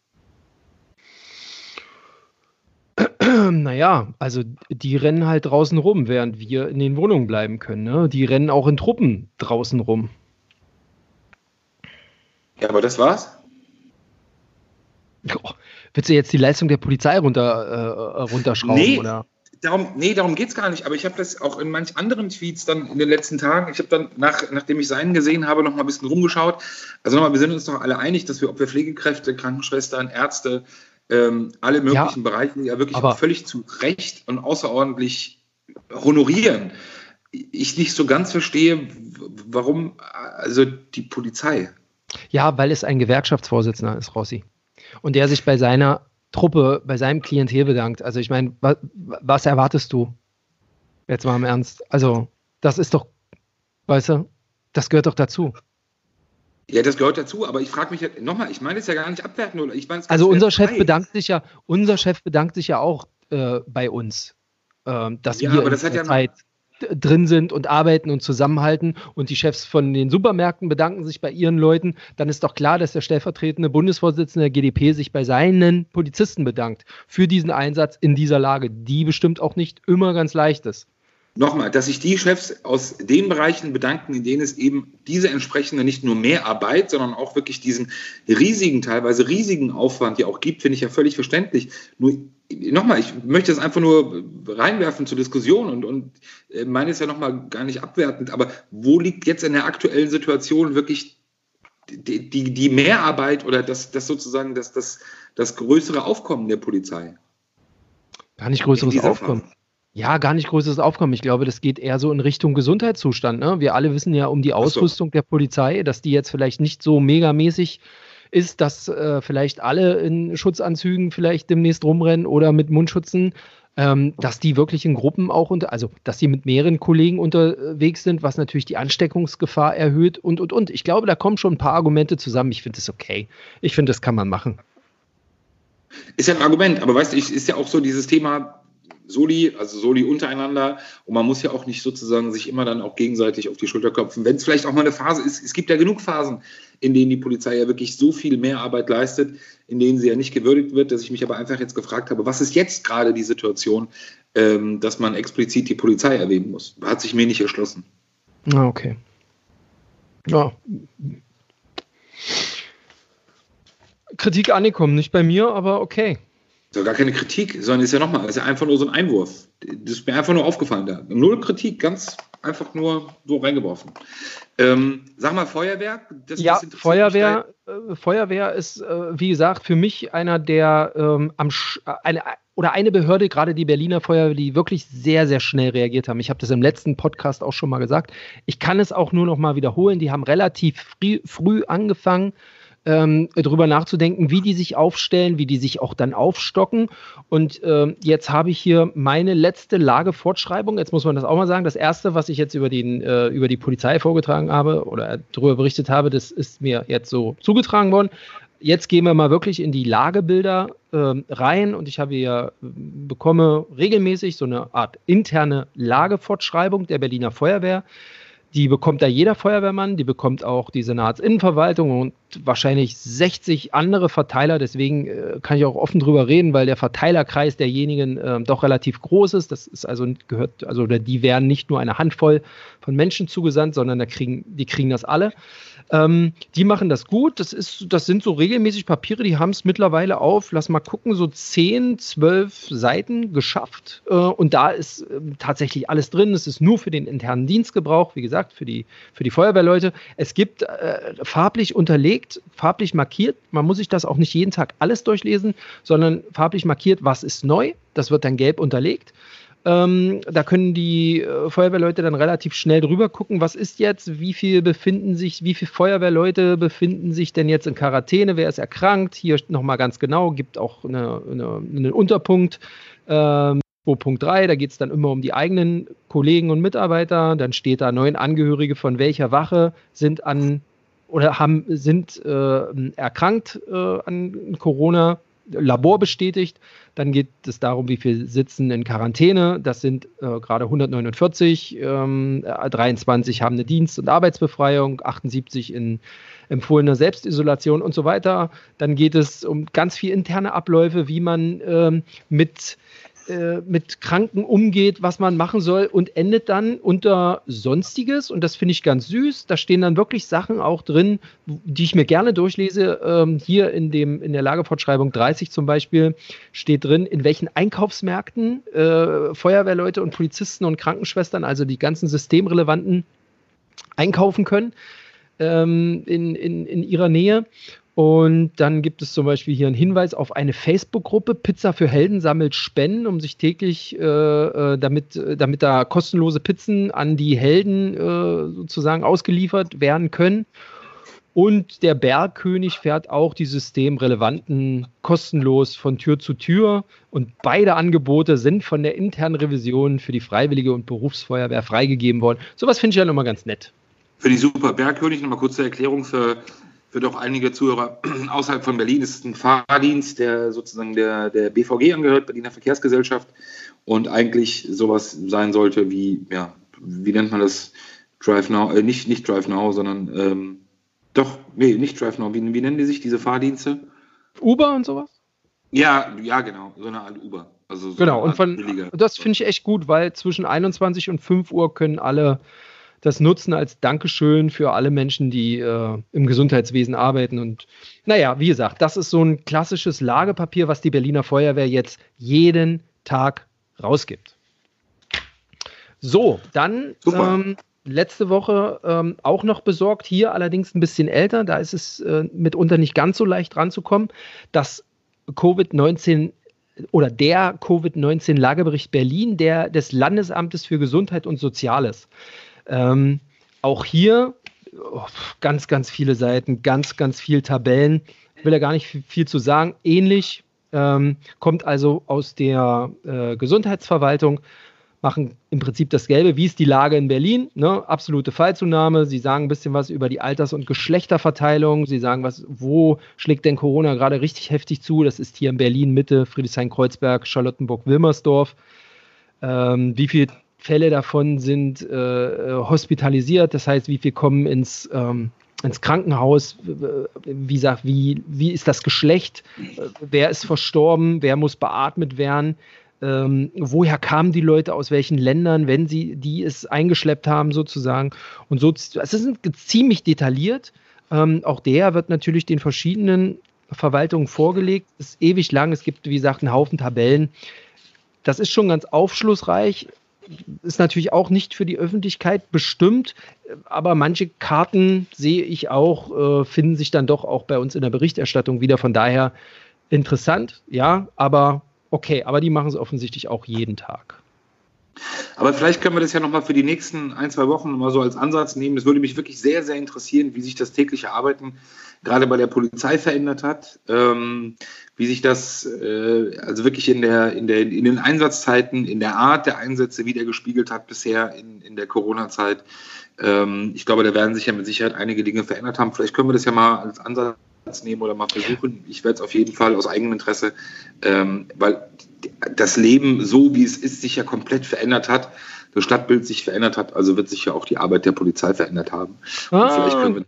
Naja, also die rennen halt draußen rum, während wir in den Wohnungen bleiben können. Ne? Die rennen auch in Truppen draußen rum. Ja, aber das war's? Oh, willst du jetzt die Leistung der Polizei runterschrauben? Nee. Oder? Darum geht es gar nicht, aber ich habe das auch in manch anderen Tweets dann in den letzten Tagen, ich habe dann, nachdem ich seinen gesehen habe, noch mal ein bisschen rumgeschaut. Also nochmal, wir sind uns doch alle einig, dass wir, ob wir Pflegekräfte, Krankenschwestern, Ärzte, alle möglichen Bereiche ja wirklich auch völlig zu Recht und außerordentlich honorieren. Ich nicht so ganz verstehe, warum, also die Polizei. Ja, weil es ein Gewerkschaftsvorsitzender ist, Rossi. Und der sich bei seiner Truppe, bei seinem Klientel bedankt. Also ich meine, was erwartest du? Jetzt mal im Ernst. Also das ist doch, weißt du, das gehört doch dazu. Ja, das gehört dazu, aber ich frage mich halt, nochmal, ich meine es ja gar nicht abwerten. Oder ich also unser Chef bedankt sich ja auch bei uns, dass wir in der Zeit drin sind und arbeiten und zusammenhalten, und die Chefs von den Supermärkten bedanken sich bei ihren Leuten. Dann ist doch klar, dass der stellvertretende Bundesvorsitzende der GdP sich bei seinen Polizisten bedankt für diesen Einsatz in dieser Lage, die bestimmt auch nicht immer ganz leicht ist. Nochmal, dass sich die Chefs aus den Bereichen bedanken, in denen es eben diese entsprechende nicht nur Mehrarbeit, sondern auch wirklich diesen teilweise riesigen Aufwand ja auch gibt, finde ich ja völlig verständlich. Nur nochmal, ich möchte das einfach nur reinwerfen zur Diskussion und meine es ja nochmal gar nicht abwertend, aber wo liegt jetzt in der aktuellen Situation wirklich die Mehrarbeit oder das sozusagen das größere Aufkommen der Polizei? Gar nicht größeres Aufkommen. Ja, gar nicht größeres Aufkommen. Ich glaube, das geht eher so in Richtung Gesundheitszustand. Ne? Wir alle wissen ja um die Ausrüstung der Polizei, dass die jetzt vielleicht nicht so megamäßig ist, dass vielleicht alle in Schutzanzügen vielleicht demnächst rumrennen oder mit Mundschützen, dass die wirklich in Gruppen auch also dass die mit mehreren Kollegen unterwegs sind, was natürlich die Ansteckungsgefahr erhöht und. Ich glaube, da kommen schon ein paar Argumente zusammen. Ich finde das okay. Ich finde, das kann man machen. Ist ja ein Argument, aber weißt du, ist ja auch so dieses Thema Soli untereinander, und man muss ja auch nicht sozusagen sich immer dann auch gegenseitig auf die Schulter klopfen. Wenn es vielleicht auch mal eine Phase ist, es gibt ja genug Phasen, in denen die Polizei ja wirklich so viel mehr Arbeit leistet, in denen sie ja nicht gewürdigt wird, dass ich mich aber einfach jetzt gefragt habe, was ist jetzt gerade die Situation, dass man explizit die Polizei erwähnen muss? Hat sich mir nicht erschlossen. Okay. Ja. Kritik angekommen, nicht bei mir, aber okay. Das ist ja gar keine Kritik, sondern ist ja einfach nur so ein Einwurf. Das ist mir einfach nur aufgefallen da. Null Kritik, ganz einfach nur so reingeworfen. Sag mal, Feuerwehr? Feuerwehr ist, wie gesagt, für mich einer der eine Behörde, gerade die Berliner Feuerwehr, die wirklich sehr, sehr schnell reagiert haben. Ich habe das im letzten Podcast auch schon mal gesagt. Ich kann es auch nur noch mal wiederholen. Die haben relativ früh angefangen, drüber nachzudenken, wie die sich aufstellen, wie die sich auch dann aufstocken. Und jetzt habe ich hier meine letzte Lagefortschreibung. Jetzt muss man das auch mal sagen. Das erste, was ich jetzt über die Polizei vorgetragen habe oder darüber berichtet habe, das ist mir jetzt so zugetragen worden. Jetzt gehen wir mal wirklich in die Lagebilder rein, und ich bekomme regelmäßig so eine Art interne Lagefortschreibung der Berliner Feuerwehr. Die bekommt da jeder Feuerwehrmann, die bekommt auch die Senatsinnenverwaltung und wahrscheinlich 60 andere Verteiler. Deswegen kann ich auch offen drüber reden, weil der Verteilerkreis derjenigen doch relativ groß ist. Das ist die werden nicht nur eine Handvoll von Menschen zugesandt, sondern die kriegen das alle. Die machen das gut. Das sind so regelmäßig Papiere, die haben es mittlerweile auf, lass mal gucken, so 10, 12 Seiten geschafft. Und da ist tatsächlich alles drin. Es ist nur für den internen Dienstgebrauch, wie gesagt, für die Feuerwehrleute. Es gibt farblich unterlegt unterlegt, farblich markiert. Man muss sich das auch nicht jeden Tag alles durchlesen, sondern farblich markiert, was ist neu. Das wird dann gelb unterlegt. Da können die Feuerwehrleute dann relativ schnell drüber gucken, was ist jetzt, wie viele Feuerwehrleute befinden sich denn jetzt in Quarantäne, wer ist erkrankt, hier nochmal ganz genau, gibt auch einen Unterpunkt, 2.3, da geht es dann immer um die eigenen Kollegen und Mitarbeiter, dann steht da 9 Angehörige von welcher Wache sind erkrankt an Corona, Labor bestätigt. Dann geht es darum, wie viele sitzen in Quarantäne. Das sind gerade 149, 23 haben eine Dienst- und Arbeitsbefreiung, 78 in empfohlener Selbstisolation und so weiter. Dann geht es um ganz viel interne Abläufe, wie man mit Kranken umgeht, was man machen soll und endet dann unter Sonstiges und das finde ich ganz süß. Da stehen dann wirklich Sachen auch drin, die ich mir gerne durchlese. Hier in der Lagefortschreibung 30 zum Beispiel steht drin, in welchen Einkaufsmärkten Feuerwehrleute und Polizisten und Krankenschwestern, also die ganzen systemrelevanten, einkaufen können in ihrer Nähe. Und dann gibt es zum Beispiel hier einen Hinweis auf eine Facebook-Gruppe, Pizza für Helden sammelt Spenden, um sich täglich, damit da kostenlose Pizzen an die Helden sozusagen ausgeliefert werden können. Und der Bergkönig fährt auch die systemrelevanten kostenlos von Tür zu Tür. Und beide Angebote sind von der internen Revision für die Freiwillige und Berufsfeuerwehr freigegeben worden. Sowas finde ich ja nochmal ganz nett. Für die super Bergkönig, nochmal kurze Erklärung für doch einige Zuhörer außerhalb von Berlin. Es ist ein Fahrdienst, der sozusagen der BVG angehört, Berliner Verkehrsgesellschaft, und eigentlich sowas sein sollte wie nennt man das? Drive Now, nicht Drive Now, sondern nicht Drive Now. Wie nennen die sich, diese Fahrdienste? Uber und sowas? Ja, genau, so eine Art Uber. Also so genau, und das finde ich echt gut, weil zwischen 21 und 5 Uhr können alle das nutzen als Dankeschön für alle Menschen, die im Gesundheitswesen arbeiten. Und naja, wie gesagt, das ist so ein klassisches Lagepapier, was die Berliner Feuerwehr jetzt jeden Tag rausgibt. So, dann letzte Woche auch noch besorgt, hier allerdings ein bisschen älter, da ist es mitunter nicht ganz so leicht ranzukommen, dass Covid-19 oder der Covid-19-Lagebericht Berlin, der des Landesamtes für Gesundheit und Soziales. Auch hier ganz, ganz viele Seiten, ganz, ganz viele Tabellen. Ich will da gar nicht viel zu sagen. Ähnlich kommt also aus der Gesundheitsverwaltung, machen im Prinzip dasselbe. Wie ist die Lage in Berlin? Ne? Absolute Fallzunahme. Sie sagen ein bisschen was über die Alters- und Geschlechterverteilung. Sie sagen wo schlägt denn Corona gerade richtig heftig zu? Das ist hier in Berlin Mitte, Friedrichshain-Kreuzberg, Charlottenburg-Wilmersdorf. Wie viele Fälle davon sind hospitalisiert, das heißt, wie viel kommen ins Krankenhaus, wie ist das Geschlecht, wer ist verstorben, wer muss beatmet werden, woher kamen die Leute, aus welchen Ländern, wenn die es eingeschleppt haben sozusagen. Und so, es ist ziemlich detailliert. Auch der wird natürlich den verschiedenen Verwaltungen vorgelegt, ist ewig lang, es gibt, wie gesagt, einen Haufen Tabellen. Das ist schon ganz aufschlussreich. Ist natürlich auch nicht für die Öffentlichkeit bestimmt, aber manche Karten sehe ich auch, finden sich dann doch auch bei uns in der Berichterstattung wieder. Von daher interessant, ja, aber okay, aber die machen es offensichtlich auch jeden Tag. Aber vielleicht können wir das ja nochmal für die nächsten 1-2 Wochen mal so als Ansatz nehmen. Es würde mich wirklich sehr, sehr interessieren, wie sich das tägliche Arbeiten gerade bei der Polizei verändert hat, wie sich das also wirklich in den Einsatzzeiten, in der Art der Einsätze wiedergespiegelt hat bisher in der Corona-Zeit. Ich glaube, da werden sich ja mit Sicherheit einige Dinge verändert haben. Vielleicht können wir das ja mal als Ansatz nehmen oder mal versuchen. Ich werde es auf jeden Fall aus eigenem Interesse, weil das Leben, so wie es ist, sich ja komplett verändert hat, das Stadtbild sich verändert hat, also wird sich ja auch die Arbeit der Polizei verändert haben. Und vielleicht können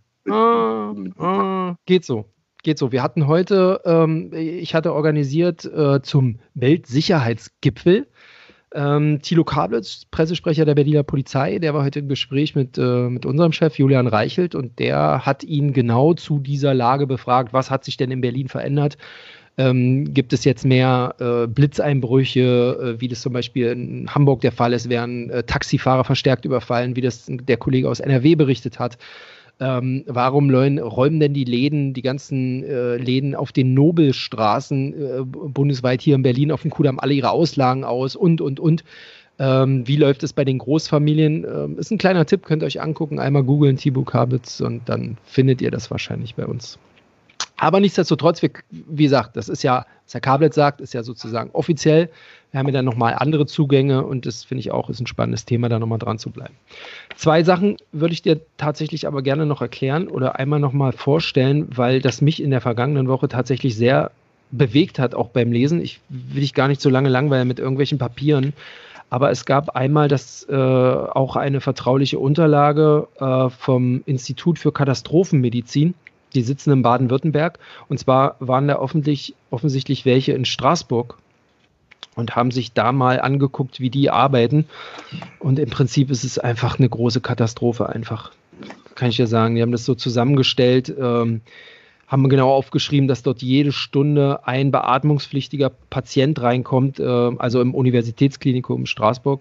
wir geht so. Wir hatten heute, ich hatte organisiert zum Weltsicherheitsgipfel, Thilo Kablitz, Pressesprecher der Berliner Polizei, der war heute im Gespräch mit unserem Chef Julian Reichelt und der hat ihn genau zu dieser Lage befragt, was hat sich denn in Berlin verändert? Gibt es jetzt mehr Blitzeinbrüche, wie das zum Beispiel in Hamburg der Fall ist, werden Taxifahrer verstärkt überfallen, wie das der Kollege aus NRW berichtet hat. Warum räumen denn die ganzen Läden auf den Nobelstraßen bundesweit hier in Berlin auf dem Kudamm alle ihre Auslagen aus und. Wie läuft es bei den Großfamilien? Ist ein kleiner Tipp, könnt ihr euch angucken. Einmal googeln Thibaut Kablitz und dann findet ihr das wahrscheinlich bei uns. Aber nichtsdestotrotz, wie gesagt, das ist ja, was Herr Kablitz sagt, ist ja sozusagen offiziell. Wir haben ja dann nochmal andere Zugänge und das finde ich auch, ist ein spannendes Thema, da nochmal dran zu bleiben. 2 Sachen würde ich dir tatsächlich aber gerne noch erklären oder einmal nochmal vorstellen, weil das mich in der vergangenen Woche tatsächlich sehr bewegt hat, auch beim Lesen. Ich will dich gar nicht so lange langweilen mit irgendwelchen Papieren. Aber es gab einmal auch eine vertrauliche Unterlage vom Institut für Katastrophenmedizin. Die sitzen in Baden-Württemberg. Und zwar waren da offensichtlich welche in Straßburg und haben sich da mal angeguckt, wie die arbeiten. Und im Prinzip ist es einfach eine große Katastrophe einfach. Kann ich ja sagen. Die haben das so zusammengestellt, haben genau aufgeschrieben, dass dort jede Stunde ein beatmungspflichtiger Patient reinkommt, also im Universitätsklinikum in Straßburg,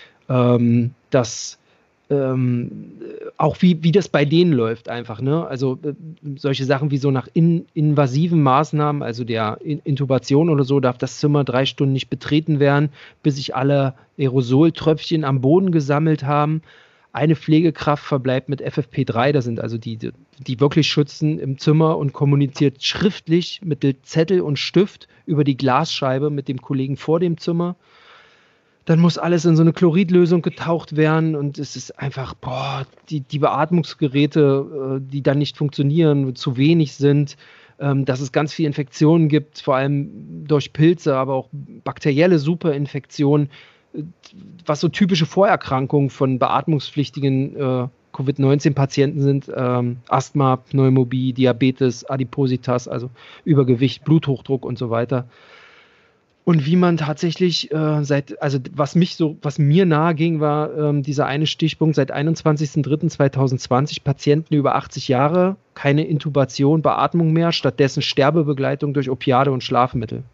auch wie das bei denen läuft einfach, ne? Also solche Sachen wie so nach invasiven Maßnahmen, also der Intubation oder so, darf das Zimmer 3 Stunden nicht betreten werden, bis sich alle Aerosoltröpfchen am Boden gesammelt haben. Eine Pflegekraft verbleibt mit FFP3, das sind also die wirklich schützen im Zimmer und kommuniziert schriftlich mittels Zettel und Stift über die Glasscheibe mit dem Kollegen vor dem Zimmer. Dann muss alles in so eine Chloridlösung getaucht werden und es ist einfach, die Beatmungsgeräte, die dann nicht funktionieren, zu wenig sind, dass es ganz viele Infektionen gibt, vor allem durch Pilze, aber auch bakterielle Superinfektionen, was so typische Vorerkrankungen von beatmungspflichtigen Covid-19-Patienten sind, Asthma, Pneumopie, Diabetes, Adipositas, also Übergewicht, Bluthochdruck und so weiter. Und wie man tatsächlich was mir nahe ging, war dieser eine Stichpunkt seit 21.03.2020 Patienten über 80 Jahre, keine Intubation, Beatmung mehr, stattdessen Sterbebegleitung durch Opiate und Schlafmittel.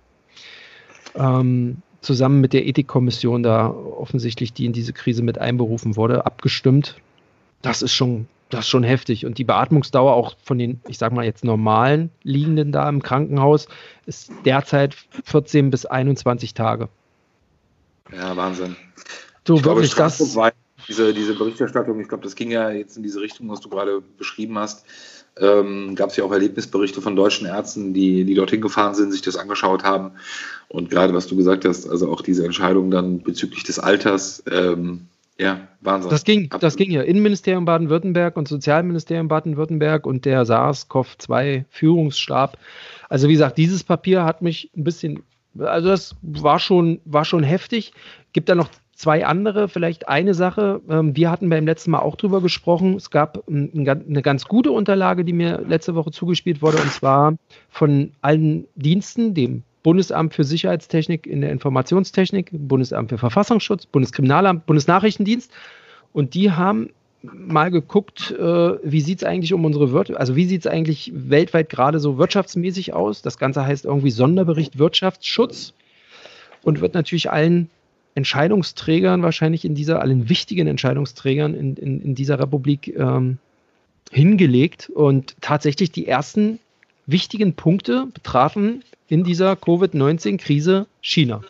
Zusammen mit der Ethikkommission da offensichtlich, die in diese Krise mit einberufen wurde, abgestimmt. Das ist schon heftig. Und die Beatmungsdauer auch von den, ich sag mal jetzt normalen Liegenden da im Krankenhaus ist derzeit 14 bis 21 Tage. Ja, Wahnsinn. So wirklich das. Diese Berichterstattung, ich glaube, das ging ja jetzt in diese Richtung, was du gerade beschrieben hast. Gab es ja auch Erlebnisberichte von deutschen Ärzten, die dorthin gefahren sind, sich das angeschaut haben. Und gerade, was du gesagt hast, also auch diese Entscheidung dann bezüglich des Alters, ja, Wahnsinn. Das ging ja. Innenministerium Baden-Württemberg und Sozialministerium Baden-Württemberg und der SARS-CoV-2-Führungsstab. Also wie gesagt, dieses Papier hat mich ein bisschen, also das war schon heftig. Gibt da noch 2 andere, vielleicht eine Sache. Wir hatten beim letzten Mal auch drüber gesprochen. Es gab eine ganz gute Unterlage, die mir letzte Woche zugespielt wurde, und zwar von allen Diensten, dem Bundesamt für Sicherheitstechnik in der Informationstechnik, Bundesamt für Verfassungsschutz, Bundeskriminalamt, Bundesnachrichtendienst. Und die haben mal geguckt, wie sieht es eigentlich wie sieht es eigentlich weltweit gerade so wirtschaftsmäßig aus. Das Ganze heißt irgendwie Sonderbericht Wirtschaftsschutz und wird natürlich allen Entscheidungsträgern wahrscheinlich allen wichtigen Entscheidungsträgern in dieser Republik hingelegt. Und tatsächlich die ersten wichtigen Punkte betrafen in dieser Covid-19-Krise China.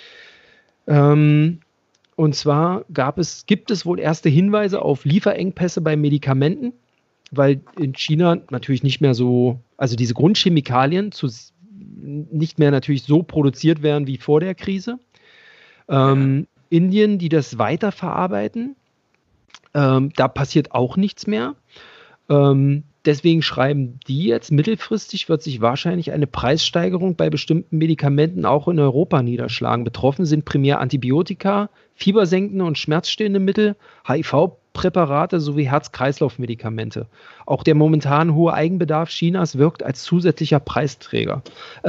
Und zwar gibt es wohl erste Hinweise auf Lieferengpässe bei Medikamenten, weil in China natürlich nicht mehr so, also diese Grundchemikalien nicht mehr natürlich so produziert werden wie vor der Krise. Indien, die das weiterverarbeiten, da passiert auch nichts mehr. Deswegen schreiben die jetzt, mittelfristig wird sich wahrscheinlich eine Preissteigerung bei bestimmten Medikamenten auch in Europa niederschlagen. Betroffen sind primär Antibiotika, fiebersenkende und schmerzstillende Mittel, HIV-Präparate sowie Herz-Kreislauf-Medikamente. Auch der momentan hohe Eigenbedarf Chinas wirkt als zusätzlicher Preistreiber.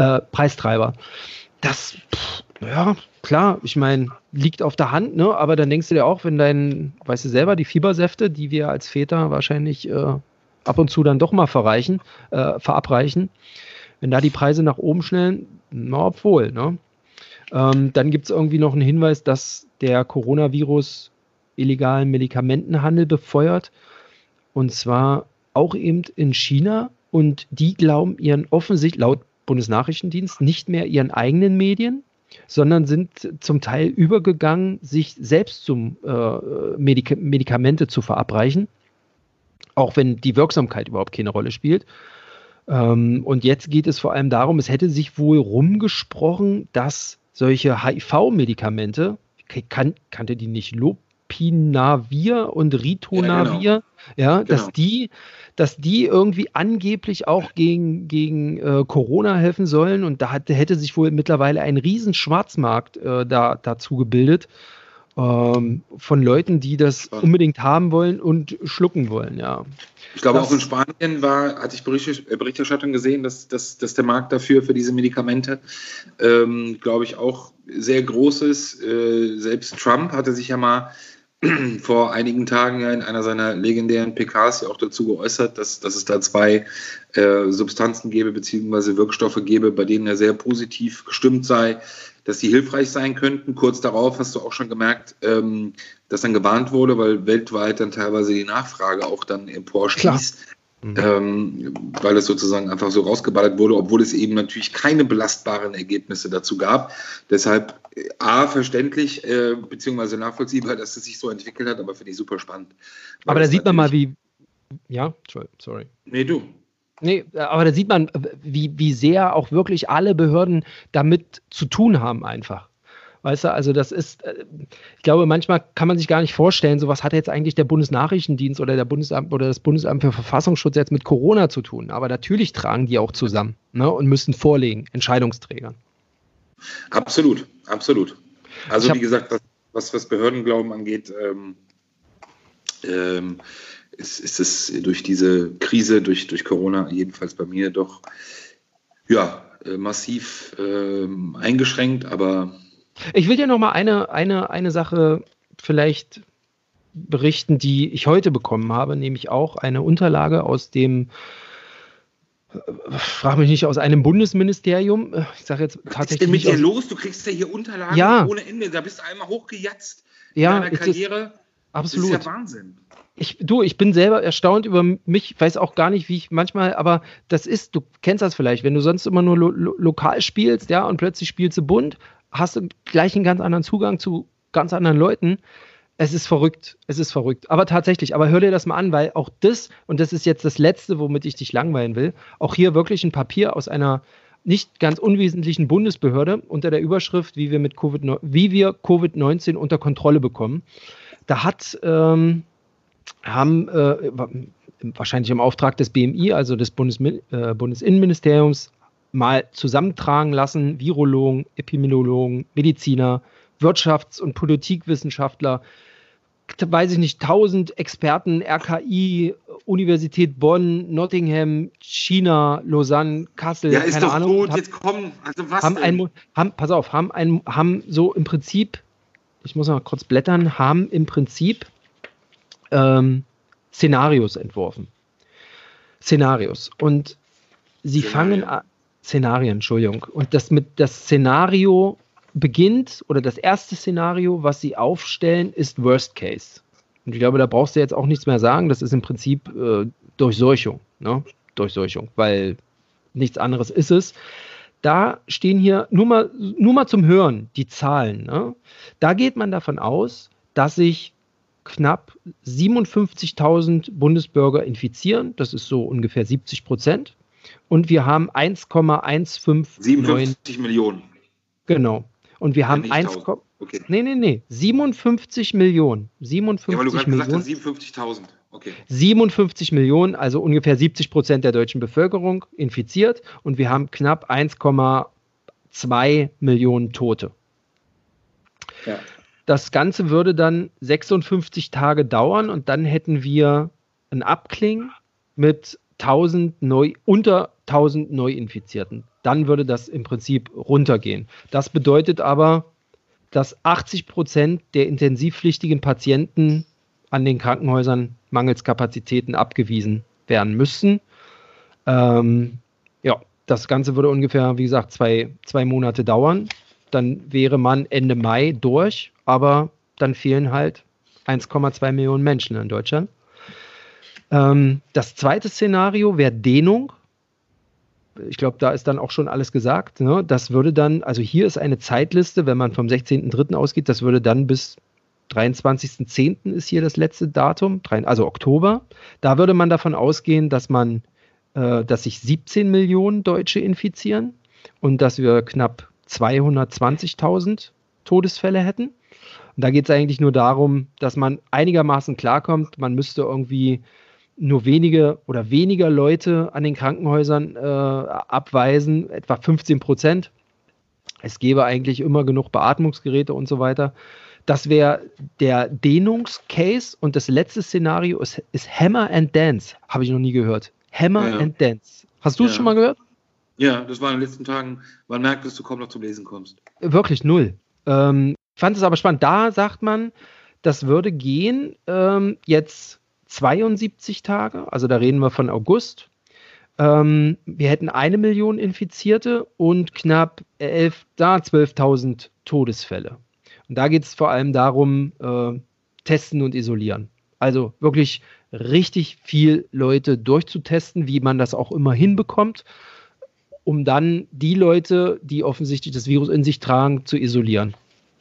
Das, ja, klar, ich meine, liegt auf der Hand, ne? Aber dann denkst du dir auch, wenn weißt du selber, die Fiebersäfte, die wir als Väter wahrscheinlich ab und zu dann doch mal verabreichen, wenn da die Preise nach oben schnellen, obwohl, ne? Dann gibt es irgendwie noch einen Hinweis, dass der Coronavirus illegalen Medikamentenhandel befeuert, und zwar auch eben in China und die glauben laut Bundesnachrichtendienst nicht mehr ihren eigenen Medien, sondern sind zum Teil übergegangen, sich selbst Medikamente zu verabreichen, auch wenn die Wirksamkeit überhaupt keine Rolle spielt. Und jetzt geht es vor allem darum, es hätte sich wohl rumgesprochen, dass solche HIV-Medikamente, kannte die nicht, Lopinavir und Ritonavir, ja, genau. dass die irgendwie angeblich auch gegen Corona helfen sollen und da hätte sich wohl mittlerweile ein riesen Schwarzmarkt dazu gebildet von Leuten, die das unbedingt haben wollen und schlucken wollen, ja. Ich glaube, auch in Spanien hatte ich Berichterstattung gesehen, dass der Markt dafür, für diese Medikamente, glaube ich, auch sehr groß ist. Selbst Trump hatte sich ja mal vor einigen Tagen in einer seiner legendären PKs ja auch dazu geäußert, dass es da 2 Substanzen gäbe, beziehungsweise Wirkstoffe gäbe, bei denen er sehr positiv gestimmt sei, dass die hilfreich sein könnten. Kurz darauf hast du auch schon gemerkt, dass dann gewarnt wurde, weil weltweit dann teilweise die Nachfrage auch dann emporstieß, weil es sozusagen einfach so rausgeballert wurde, obwohl es eben natürlich keine belastbaren Ergebnisse dazu gab. Deshalb verständlich, beziehungsweise nachvollziehbar, dass es sich so entwickelt hat, aber finde ich super spannend. Aber da sieht man mal, wie... Ja, sorry. Nee, du. Nee, aber da sieht man, wie sehr auch wirklich alle Behörden damit zu tun haben einfach. Weißt du, also das ist, ich glaube, manchmal kann man sich gar nicht vorstellen, so was hat jetzt eigentlich der Bundesnachrichtendienst oder das Bundesamt für Verfassungsschutz jetzt mit Corona zu tun. Aber natürlich tragen die auch zusammen, ne, und müssen vorlegen, Entscheidungsträgern. Absolut. Also wie gesagt, was Behördenglauben angeht, ist es durch diese Krise, durch Corona jedenfalls bei mir doch massiv eingeschränkt, aber ich will dir noch mal eine Sache vielleicht berichten, die ich heute bekommen habe, nämlich auch eine Unterlage aus dem, frag mich nicht, aus einem Bundesministerium. Ich sage jetzt tatsächlich. Was ist denn mit dir los? Du kriegst ja hier Unterlagen ohne Ende. Da bist du einmal hochgejatzt in deiner Karriere. Absolut. Das ist ja Wahnsinn. Ich bin selber erstaunt über mich, weiß auch gar nicht, wie ich manchmal, aber du kennst das vielleicht, wenn du sonst immer nur lokal spielst, ja, und plötzlich spielst du bunt, hast du gleich einen ganz anderen Zugang zu ganz anderen Leuten. Es ist verrückt. Aber tatsächlich, hör dir das mal an, weil auch das, und das ist jetzt das Letzte, womit ich dich langweilen will, auch hier wirklich ein Papier aus einer nicht ganz unwesentlichen Bundesbehörde unter der Überschrift, wie wir Covid-19 unter Kontrolle bekommen. Da haben wahrscheinlich im Auftrag des BMI, also des Bundesinnenministeriums, mal zusammentragen lassen, Virologen, Epidemiologen, Mediziner, Wirtschafts- und Politikwissenschaftler, weiß ich nicht, 1000 Experten, RKI, Universität Bonn, Nottingham, China, Lausanne, Kassel, ja, ist keine doch Ahnung. Gut, jetzt komm, also was haben so im Prinzip, ich muss mal kurz blättern, haben im Prinzip Szenarios entworfen. Und sie fangen an, Szenarien, Entschuldigung. Und das Szenario beginnt, oder das erste Szenario, was sie aufstellen, ist Worst Case. Und ich glaube, da brauchst du jetzt auch nichts mehr sagen. Das ist im Prinzip Durchseuchung. Ne? Durchseuchung, weil nichts anderes ist es. Da stehen hier nur mal zum Hören die Zahlen. Ne? Da geht man davon aus, dass sich knapp 57.000 Bundesbürger infizieren. Das ist so ungefähr 70%. Und wir haben 57 Millionen. Genau. Und wir haben 57 Millionen. 57 ja, weil du gerade Millionen. gesagt hast, 57.000. Okay. 57 Millionen, also ungefähr 70% der deutschen Bevölkerung infiziert. Und wir haben knapp 1,2 Millionen Tote. Ja. Das Ganze würde dann 56 Tage dauern und dann hätten wir ein Abklingen mit unter 1000 Neuinfizierten. Dann würde das im Prinzip runtergehen. Das bedeutet aber, dass 80% der intensivpflichtigen Patienten an den Krankenhäusern mangels Kapazitäten abgewiesen werden müssten. Das Ganze würde ungefähr, wie gesagt, zwei Monate dauern. Dann wäre man Ende Mai durch, aber dann fehlen halt 1,2 Millionen Menschen in Deutschland. Das zweite Szenario wäre Dehnung. Ich glaube, da ist dann auch schon alles gesagt. Ne? Das würde dann, also hier ist eine Zeitliste, wenn man vom 16.03. ausgeht, das würde dann bis 23.10. ist hier das letzte Datum, also Oktober. Da würde man davon ausgehen, dass sich 17 Millionen Deutsche infizieren und dass wir knapp 220.000 Todesfälle hätten. Und da geht es eigentlich nur darum, dass man einigermaßen klarkommt. Man müsste irgendwie nur weniger Leute an den Krankenhäusern abweisen, etwa 15%. Es gäbe eigentlich immer genug Beatmungsgeräte und so weiter. Das wäre der Dehnungscase. Und das letzte Szenario ist Hammer and Dance. Habe ich noch nie gehört. Hammer and Dance. Hast du es schon mal gehört? Ja, das war in den letzten Tagen. Man merkt, dass du kaum noch zum Lesen kommst. Wirklich null. Ich fand es aber spannend. Da sagt man, das würde gehen jetzt 72 Tage. Also da reden wir von August. Wir hätten 1 Million Infizierte und knapp 12.000 Todesfälle. Und da geht es vor allem darum, testen und isolieren. Also wirklich richtig viel Leute durchzutesten, wie man das auch immer hinbekommt, um dann die Leute, die offensichtlich das Virus in sich tragen, zu isolieren.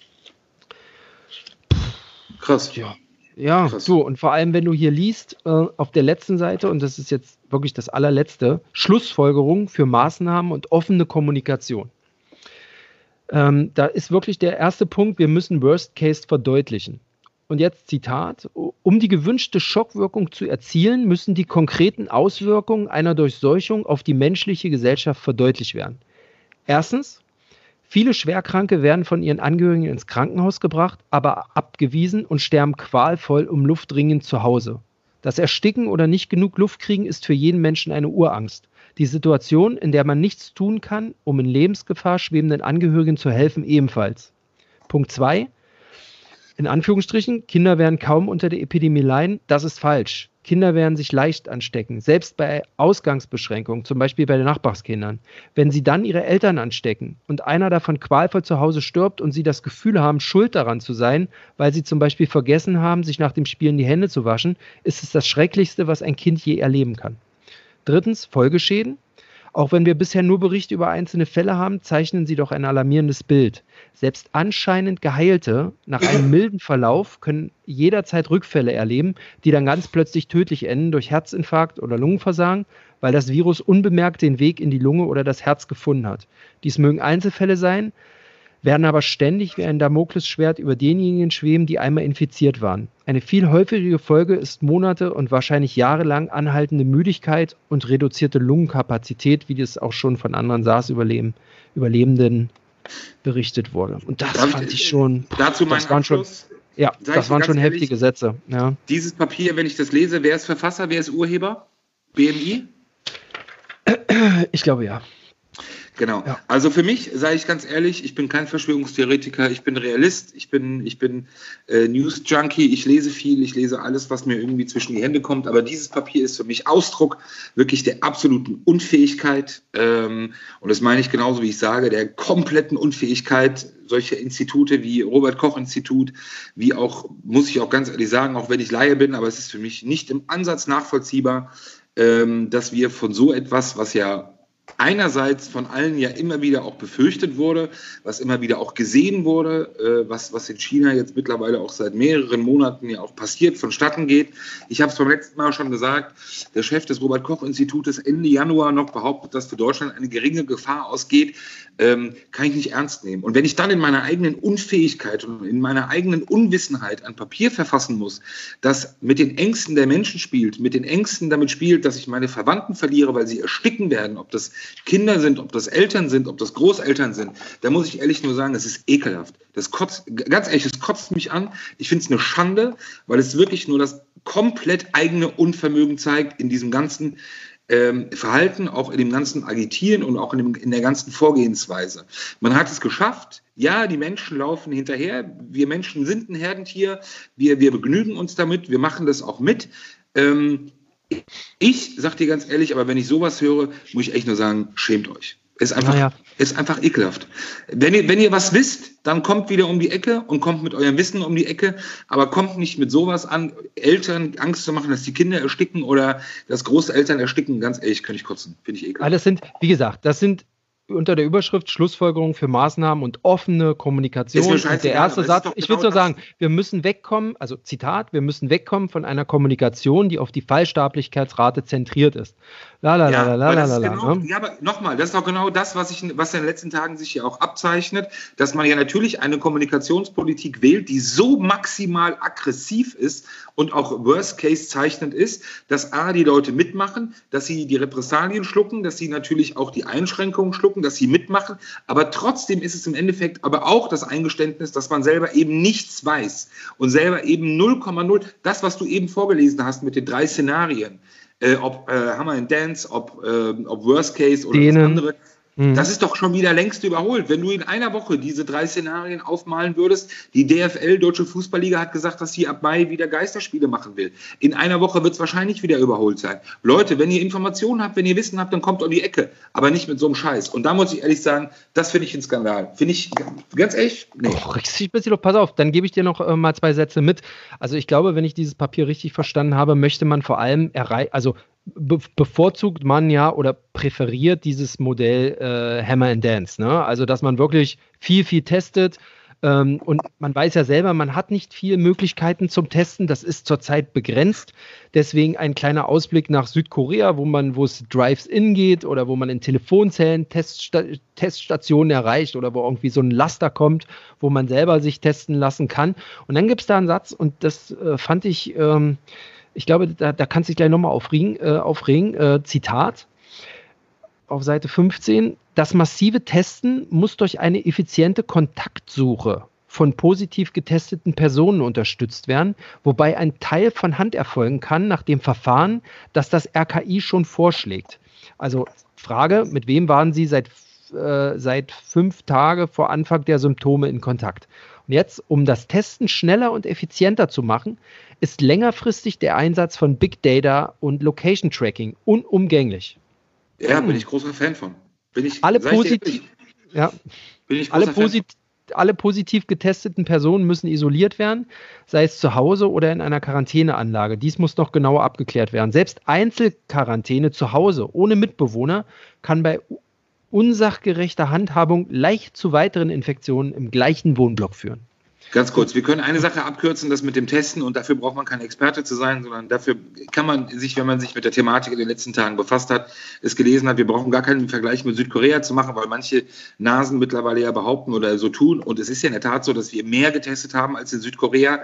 Krass. Ja, krass. Du, und vor allem, wenn du hier liest, auf der letzten Seite, und das ist jetzt wirklich das allerletzte, Schlussfolgerung für Maßnahmen und offene Kommunikation. Da ist wirklich der erste Punkt, wir müssen Worst Case verdeutlichen. Und jetzt Zitat, um die gewünschte Schockwirkung zu erzielen, müssen die konkreten Auswirkungen einer Durchseuchung auf die menschliche Gesellschaft verdeutlicht werden. Erstens, viele Schwerkranke werden von ihren Angehörigen ins Krankenhaus gebracht, aber abgewiesen und sterben qualvoll um Luft dringend zu Hause. Das Ersticken oder nicht genug Luft kriegen ist für jeden Menschen eine Urangst. Die Situation, in der man nichts tun kann, um in Lebensgefahr schwebenden Angehörigen zu helfen, ebenfalls. Punkt 2. In Anführungsstrichen, Kinder werden kaum unter der Epidemie leiden. Das ist falsch. Kinder werden sich leicht anstecken, selbst bei Ausgangsbeschränkungen, zum Beispiel bei den Nachbarskindern. Wenn sie dann ihre Eltern anstecken und einer davon qualvoll zu Hause stirbt und sie das Gefühl haben, schuld daran zu sein, weil sie zum Beispiel vergessen haben, sich nach dem Spielen die Hände zu waschen, ist es das Schrecklichste, was ein Kind je erleben kann. Drittens, Folgeschäden. Auch wenn wir bisher nur Berichte über einzelne Fälle haben, zeichnen sie doch ein alarmierendes Bild. Selbst anscheinend Geheilte nach einem milden Verlauf können jederzeit Rückfälle erleben, die dann ganz plötzlich tödlich enden durch Herzinfarkt oder Lungenversagen, weil das Virus unbemerkt den Weg in die Lunge oder das Herz gefunden hat. Dies mögen Einzelfälle sein, werden aber ständig wie ein Damoklesschwert über denjenigen schweben, die einmal infiziert waren. Eine viel häufigere Folge ist Monate und wahrscheinlich jahrelang anhaltende Müdigkeit und reduzierte Lungenkapazität, wie das auch schon von anderen SARS-Überlebenden berichtet wurde. Und das fand ich schon... Dazu mein Abschluss. Das waren schon heftige Sätze. Ja. Dieses Papier, wenn ich das lese, wer ist Verfasser, wer ist Urheber? BMI? Ich glaube, ja. Genau. Ja. Also für mich, sage ich ganz ehrlich, ich bin kein Verschwörungstheoretiker, ich bin Realist, ich bin News-Junkie, ich lese viel, ich lese alles, was mir irgendwie zwischen die Hände kommt, aber dieses Papier ist für mich Ausdruck wirklich der absoluten Unfähigkeit und das meine ich genauso, wie ich sage, der kompletten Unfähigkeit solcher Institute wie Robert-Koch-Institut, wie auch, muss ich auch ganz ehrlich sagen, auch wenn ich Laie bin, aber es ist für mich nicht im Ansatz nachvollziehbar, dass wir von so etwas, was ja einerseits von allen ja immer wieder auch befürchtet wurde, was immer wieder auch gesehen wurde, was in China jetzt mittlerweile auch seit mehreren Monaten ja auch passiert, vonstatten geht. Ich habe es beim letzten Mal schon gesagt, der Chef des Robert-Koch-Institutes Ende Januar noch behauptet, dass für Deutschland eine geringe Gefahr ausgeht, kann ich nicht ernst nehmen. Und wenn ich dann in meiner eigenen Unfähigkeit und in meiner eigenen Unwissenheit ein Papier verfassen muss, das mit den Ängsten der Menschen spielt, mit den Ängsten damit spielt, dass ich meine Verwandten verliere, weil sie ersticken werden, ob das Kinder sind, ob das Eltern sind, ob das Großeltern sind, da muss ich ehrlich nur sagen, das ist ekelhaft. Das ganz ehrlich, das kotzt mich an. Ich finde es eine Schande, weil es wirklich nur das komplett eigene Unvermögen zeigt in diesem ganzen Verhalten, auch in dem ganzen Agitieren und auch in der ganzen Vorgehensweise. Man hat es geschafft. Ja, die Menschen laufen hinterher. Wir Menschen sind ein Herdentier. Wir begnügen uns damit. Wir machen das auch mit. Ich sag dir ganz ehrlich, aber wenn ich sowas höre, muss ich echt nur sagen, schämt euch. Ist einfach ekelhaft. Wenn ihr was wisst, dann kommt wieder um die Ecke und kommt mit eurem Wissen um die Ecke, aber kommt nicht mit sowas an, Eltern Angst zu machen, dass die Kinder ersticken oder dass Großeltern ersticken. Ganz ehrlich, könnte ich kotzen. Finde ich ekelhaft. Weil das sind unter der Überschrift Schlussfolgerungen für Maßnahmen und offene Kommunikation. Und der erste Satz, ich will nur sagen, wir müssen wegkommen, also Zitat, wir müssen wegkommen von einer Kommunikation, die auf die Fallsterblichkeitsrate zentriert ist. Ja, aber nochmal, das ist doch genau das, was in den letzten Tagen sich ja auch abzeichnet, dass man ja natürlich eine Kommunikationspolitik wählt, die so maximal aggressiv ist und auch Worst Case zeichnend ist, dass die Leute mitmachen, dass sie die Repressalien schlucken, dass sie natürlich auch die Einschränkungen schlucken, dass sie mitmachen, aber trotzdem ist es im Endeffekt aber auch das Eingeständnis, dass man selber eben nichts weiß und selber eben 0,0, das, was du eben vorgelesen hast mit den 3 Szenarien, ob Hammer and Dance, ob Worst Case oder was andere, das ist doch schon wieder längst überholt. Wenn du in einer Woche diese 3 Szenarien aufmalen würdest, die DFL, Deutsche Fußballliga, hat gesagt, dass sie ab Mai wieder Geisterspiele machen will. In einer Woche wird es wahrscheinlich wieder überholt sein. Leute, wenn ihr Informationen habt, wenn ihr Wissen habt, dann kommt um die Ecke. Aber nicht mit so einem Scheiß. Und da muss ich ehrlich sagen, das finde ich ein Skandal. Finde ich, ganz ehrlich, nee. Pass auf, dann gebe ich dir noch mal 2 Sätze mit. Also ich glaube, wenn ich dieses Papier richtig verstanden habe, möchte man vor allem bevorzugt man ja oder präferiert dieses Modell Hammer and Dance, ne? Also dass man wirklich viel testet und man weiß ja selber, man hat nicht viele Möglichkeiten zum Testen, das ist zurzeit begrenzt, deswegen ein kleiner Ausblick nach Südkorea, wo es Drives-In geht oder wo man in Telefonzellen Teststationen erreicht oder wo irgendwie so ein Laster kommt, wo man selber sich testen lassen kann. Und dann gibt es da einen Satz und das fand ich ich glaube, da kannst du dich gleich nochmal aufregen. Zitat auf Seite 15. Das massive Testen muss durch eine effiziente Kontaktsuche von positiv getesteten Personen unterstützt werden, wobei ein Teil von Hand erfolgen kann nach dem Verfahren, das das RKI schon vorschlägt. Also Frage, mit wem waren Sie seit 5 Tagen vor Anfang der Symptome in Kontakt? Und jetzt, um das Testen schneller und effizienter zu machen, ist längerfristig der Einsatz von Big Data und Location Tracking unumgänglich. Ja, bin ich großer Fan von. Alle positiv getesteten Personen müssen isoliert werden, sei es zu Hause oder in einer Quarantäneanlage. Dies muss noch genauer abgeklärt werden. Selbst Einzelquarantäne zu Hause ohne Mitbewohner kann bei unsachgerechter Handhabung leicht zu weiteren Infektionen im gleichen Wohnblock führen. Ganz kurz, wir können eine Sache abkürzen, das mit dem Testen, und dafür braucht man kein Experte zu sein, sondern dafür kann man sich, wenn man sich mit der Thematik in den letzten Tagen befasst hat, es gelesen hat, wir brauchen gar keinen Vergleich mit Südkorea zu machen, weil manche Nasen mittlerweile ja behaupten oder so tun, und es ist ja in der Tat so, dass wir mehr getestet haben als in Südkorea.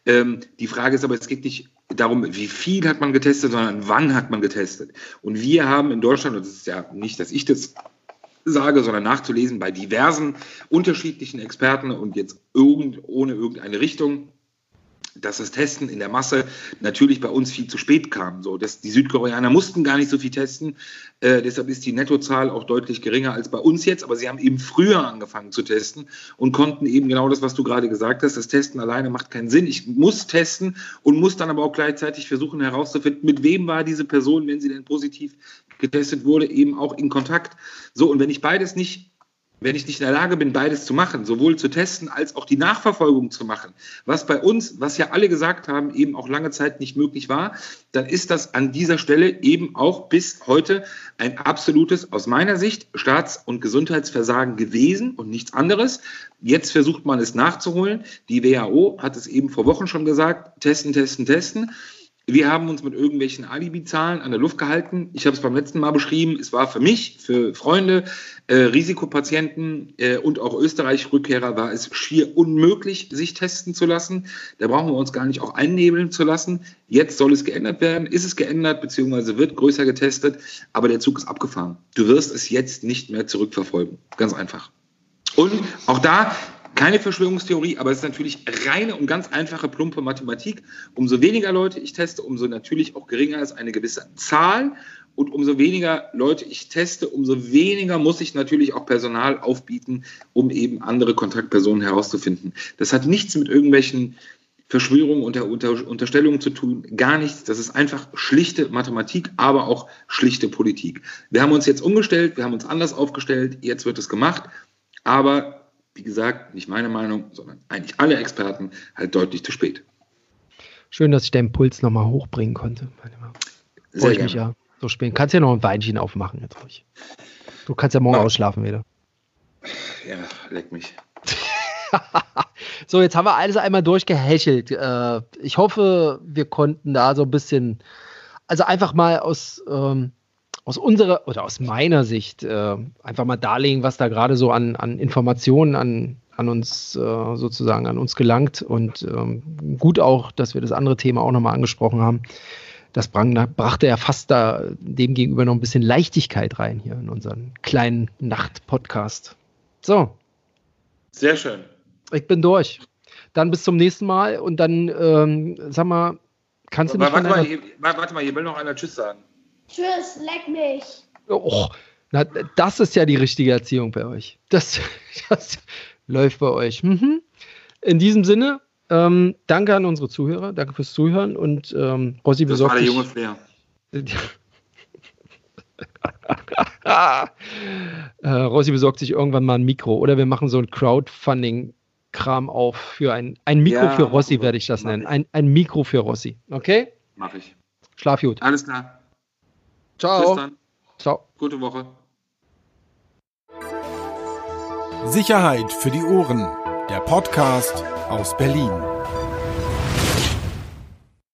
Die Frage ist aber, es geht nicht darum, wie viel hat man getestet, sondern wann hat man getestet. Und wir haben in Deutschland, und das ist ja nicht, dass ich das sage, sondern nachzulesen bei diversen unterschiedlichen Experten und jetzt ohne irgendeine Richtung, dass das Testen in der Masse natürlich bei uns viel zu spät kam. So, die Südkoreaner mussten gar nicht so viel testen, deshalb ist die Nettozahl auch deutlich geringer als bei uns jetzt, aber sie haben eben früher angefangen zu testen und konnten eben genau das, was du gerade gesagt hast, das Testen alleine macht keinen Sinn. Ich muss testen und muss dann aber auch gleichzeitig versuchen herauszufinden, mit wem war diese Person, wenn sie denn positiv getestet wurde, eben auch in Kontakt. So, und wenn ich nicht in der Lage bin, beides zu machen, sowohl zu testen als auch die Nachverfolgung zu machen, was bei uns, was ja alle gesagt haben, eben auch lange Zeit nicht möglich war, dann ist das an dieser Stelle eben auch bis heute ein absolutes, aus meiner Sicht, Staats- und Gesundheitsversagen gewesen und nichts anderes. Jetzt versucht man es nachzuholen. Die WHO hat es eben vor Wochen schon gesagt, testen. Wir haben uns mit irgendwelchen Alibi-Zahlen an der Luft gehalten. Ich habe es beim letzten Mal beschrieben. Es war für mich, für Freunde, Risikopatienten und auch Österreich-Rückkehrer war es schier unmöglich, sich testen zu lassen. Da brauchen wir uns gar nicht auch einnebeln zu lassen. Jetzt soll es geändert werden. Ist es geändert, beziehungsweise wird größer getestet. Aber der Zug ist abgefahren. Du wirst es jetzt nicht mehr zurückverfolgen. Ganz einfach. Und auch da keine Verschwörungstheorie, aber es ist natürlich reine und ganz einfache, plumpe Mathematik. Umso weniger Leute ich teste, umso natürlich auch geringer ist eine gewisse Zahl. Und umso weniger Leute ich teste, umso weniger muss ich natürlich auch Personal aufbieten, um eben andere Kontaktpersonen herauszufinden. Das hat nichts mit irgendwelchen Verschwörung und der Unterstellung zu tun, gar nichts. Das ist einfach schlichte Mathematik, aber auch schlichte Politik. Wir haben uns jetzt umgestellt, wir haben uns anders aufgestellt, jetzt wird es gemacht, aber wie gesagt, nicht meine Meinung, sondern eigentlich alle Experten, halt deutlich zu spät. Schön, dass ich den Puls nochmal hochbringen konnte. Freue ich mich ja. So spielen. Kannst ja noch ein Weinchen aufmachen jetzt ruhig. Du kannst ja morgen ausschlafen wieder. Ja, leck mich. So, jetzt haben wir alles einmal durchgehechelt. Ich hoffe, wir konnten da so ein bisschen, also einfach mal aus unserer oder aus meiner Sicht einfach mal darlegen, was da gerade so an Informationen an uns sozusagen an uns gelangt. Und gut auch, dass wir das andere Thema auch nochmal angesprochen haben. Das brachte ja fast da dem gegenüber noch ein bisschen Leichtigkeit rein hier in unseren kleinen Nacht-Podcast. So. Sehr schön. Ich bin durch. Dann bis zum nächsten Mal und dann, sag mal, kannst du nicht warte mal, hier will noch einer Tschüss sagen. Tschüss, leck mich. Oh, na, das ist ja die richtige Erziehung bei euch. Das läuft bei euch. Mhm. In diesem Sinne, danke an unsere Zuhörer, danke fürs Zuhören und Rossi besorgt sich... Das war der junge Flair. Rossi besorgt sich irgendwann mal ein Mikro oder wir machen so ein Crowdfunding-Kram auf für ein Mikro für Rossi, werde ich das nennen. Ein Mikro für Rossi, okay? Mach ich. Schlaf gut. Alles klar. Ciao. Bis dann. Ciao. Gute Woche. Sicherheit für die Ohren. Der Podcast aus Berlin.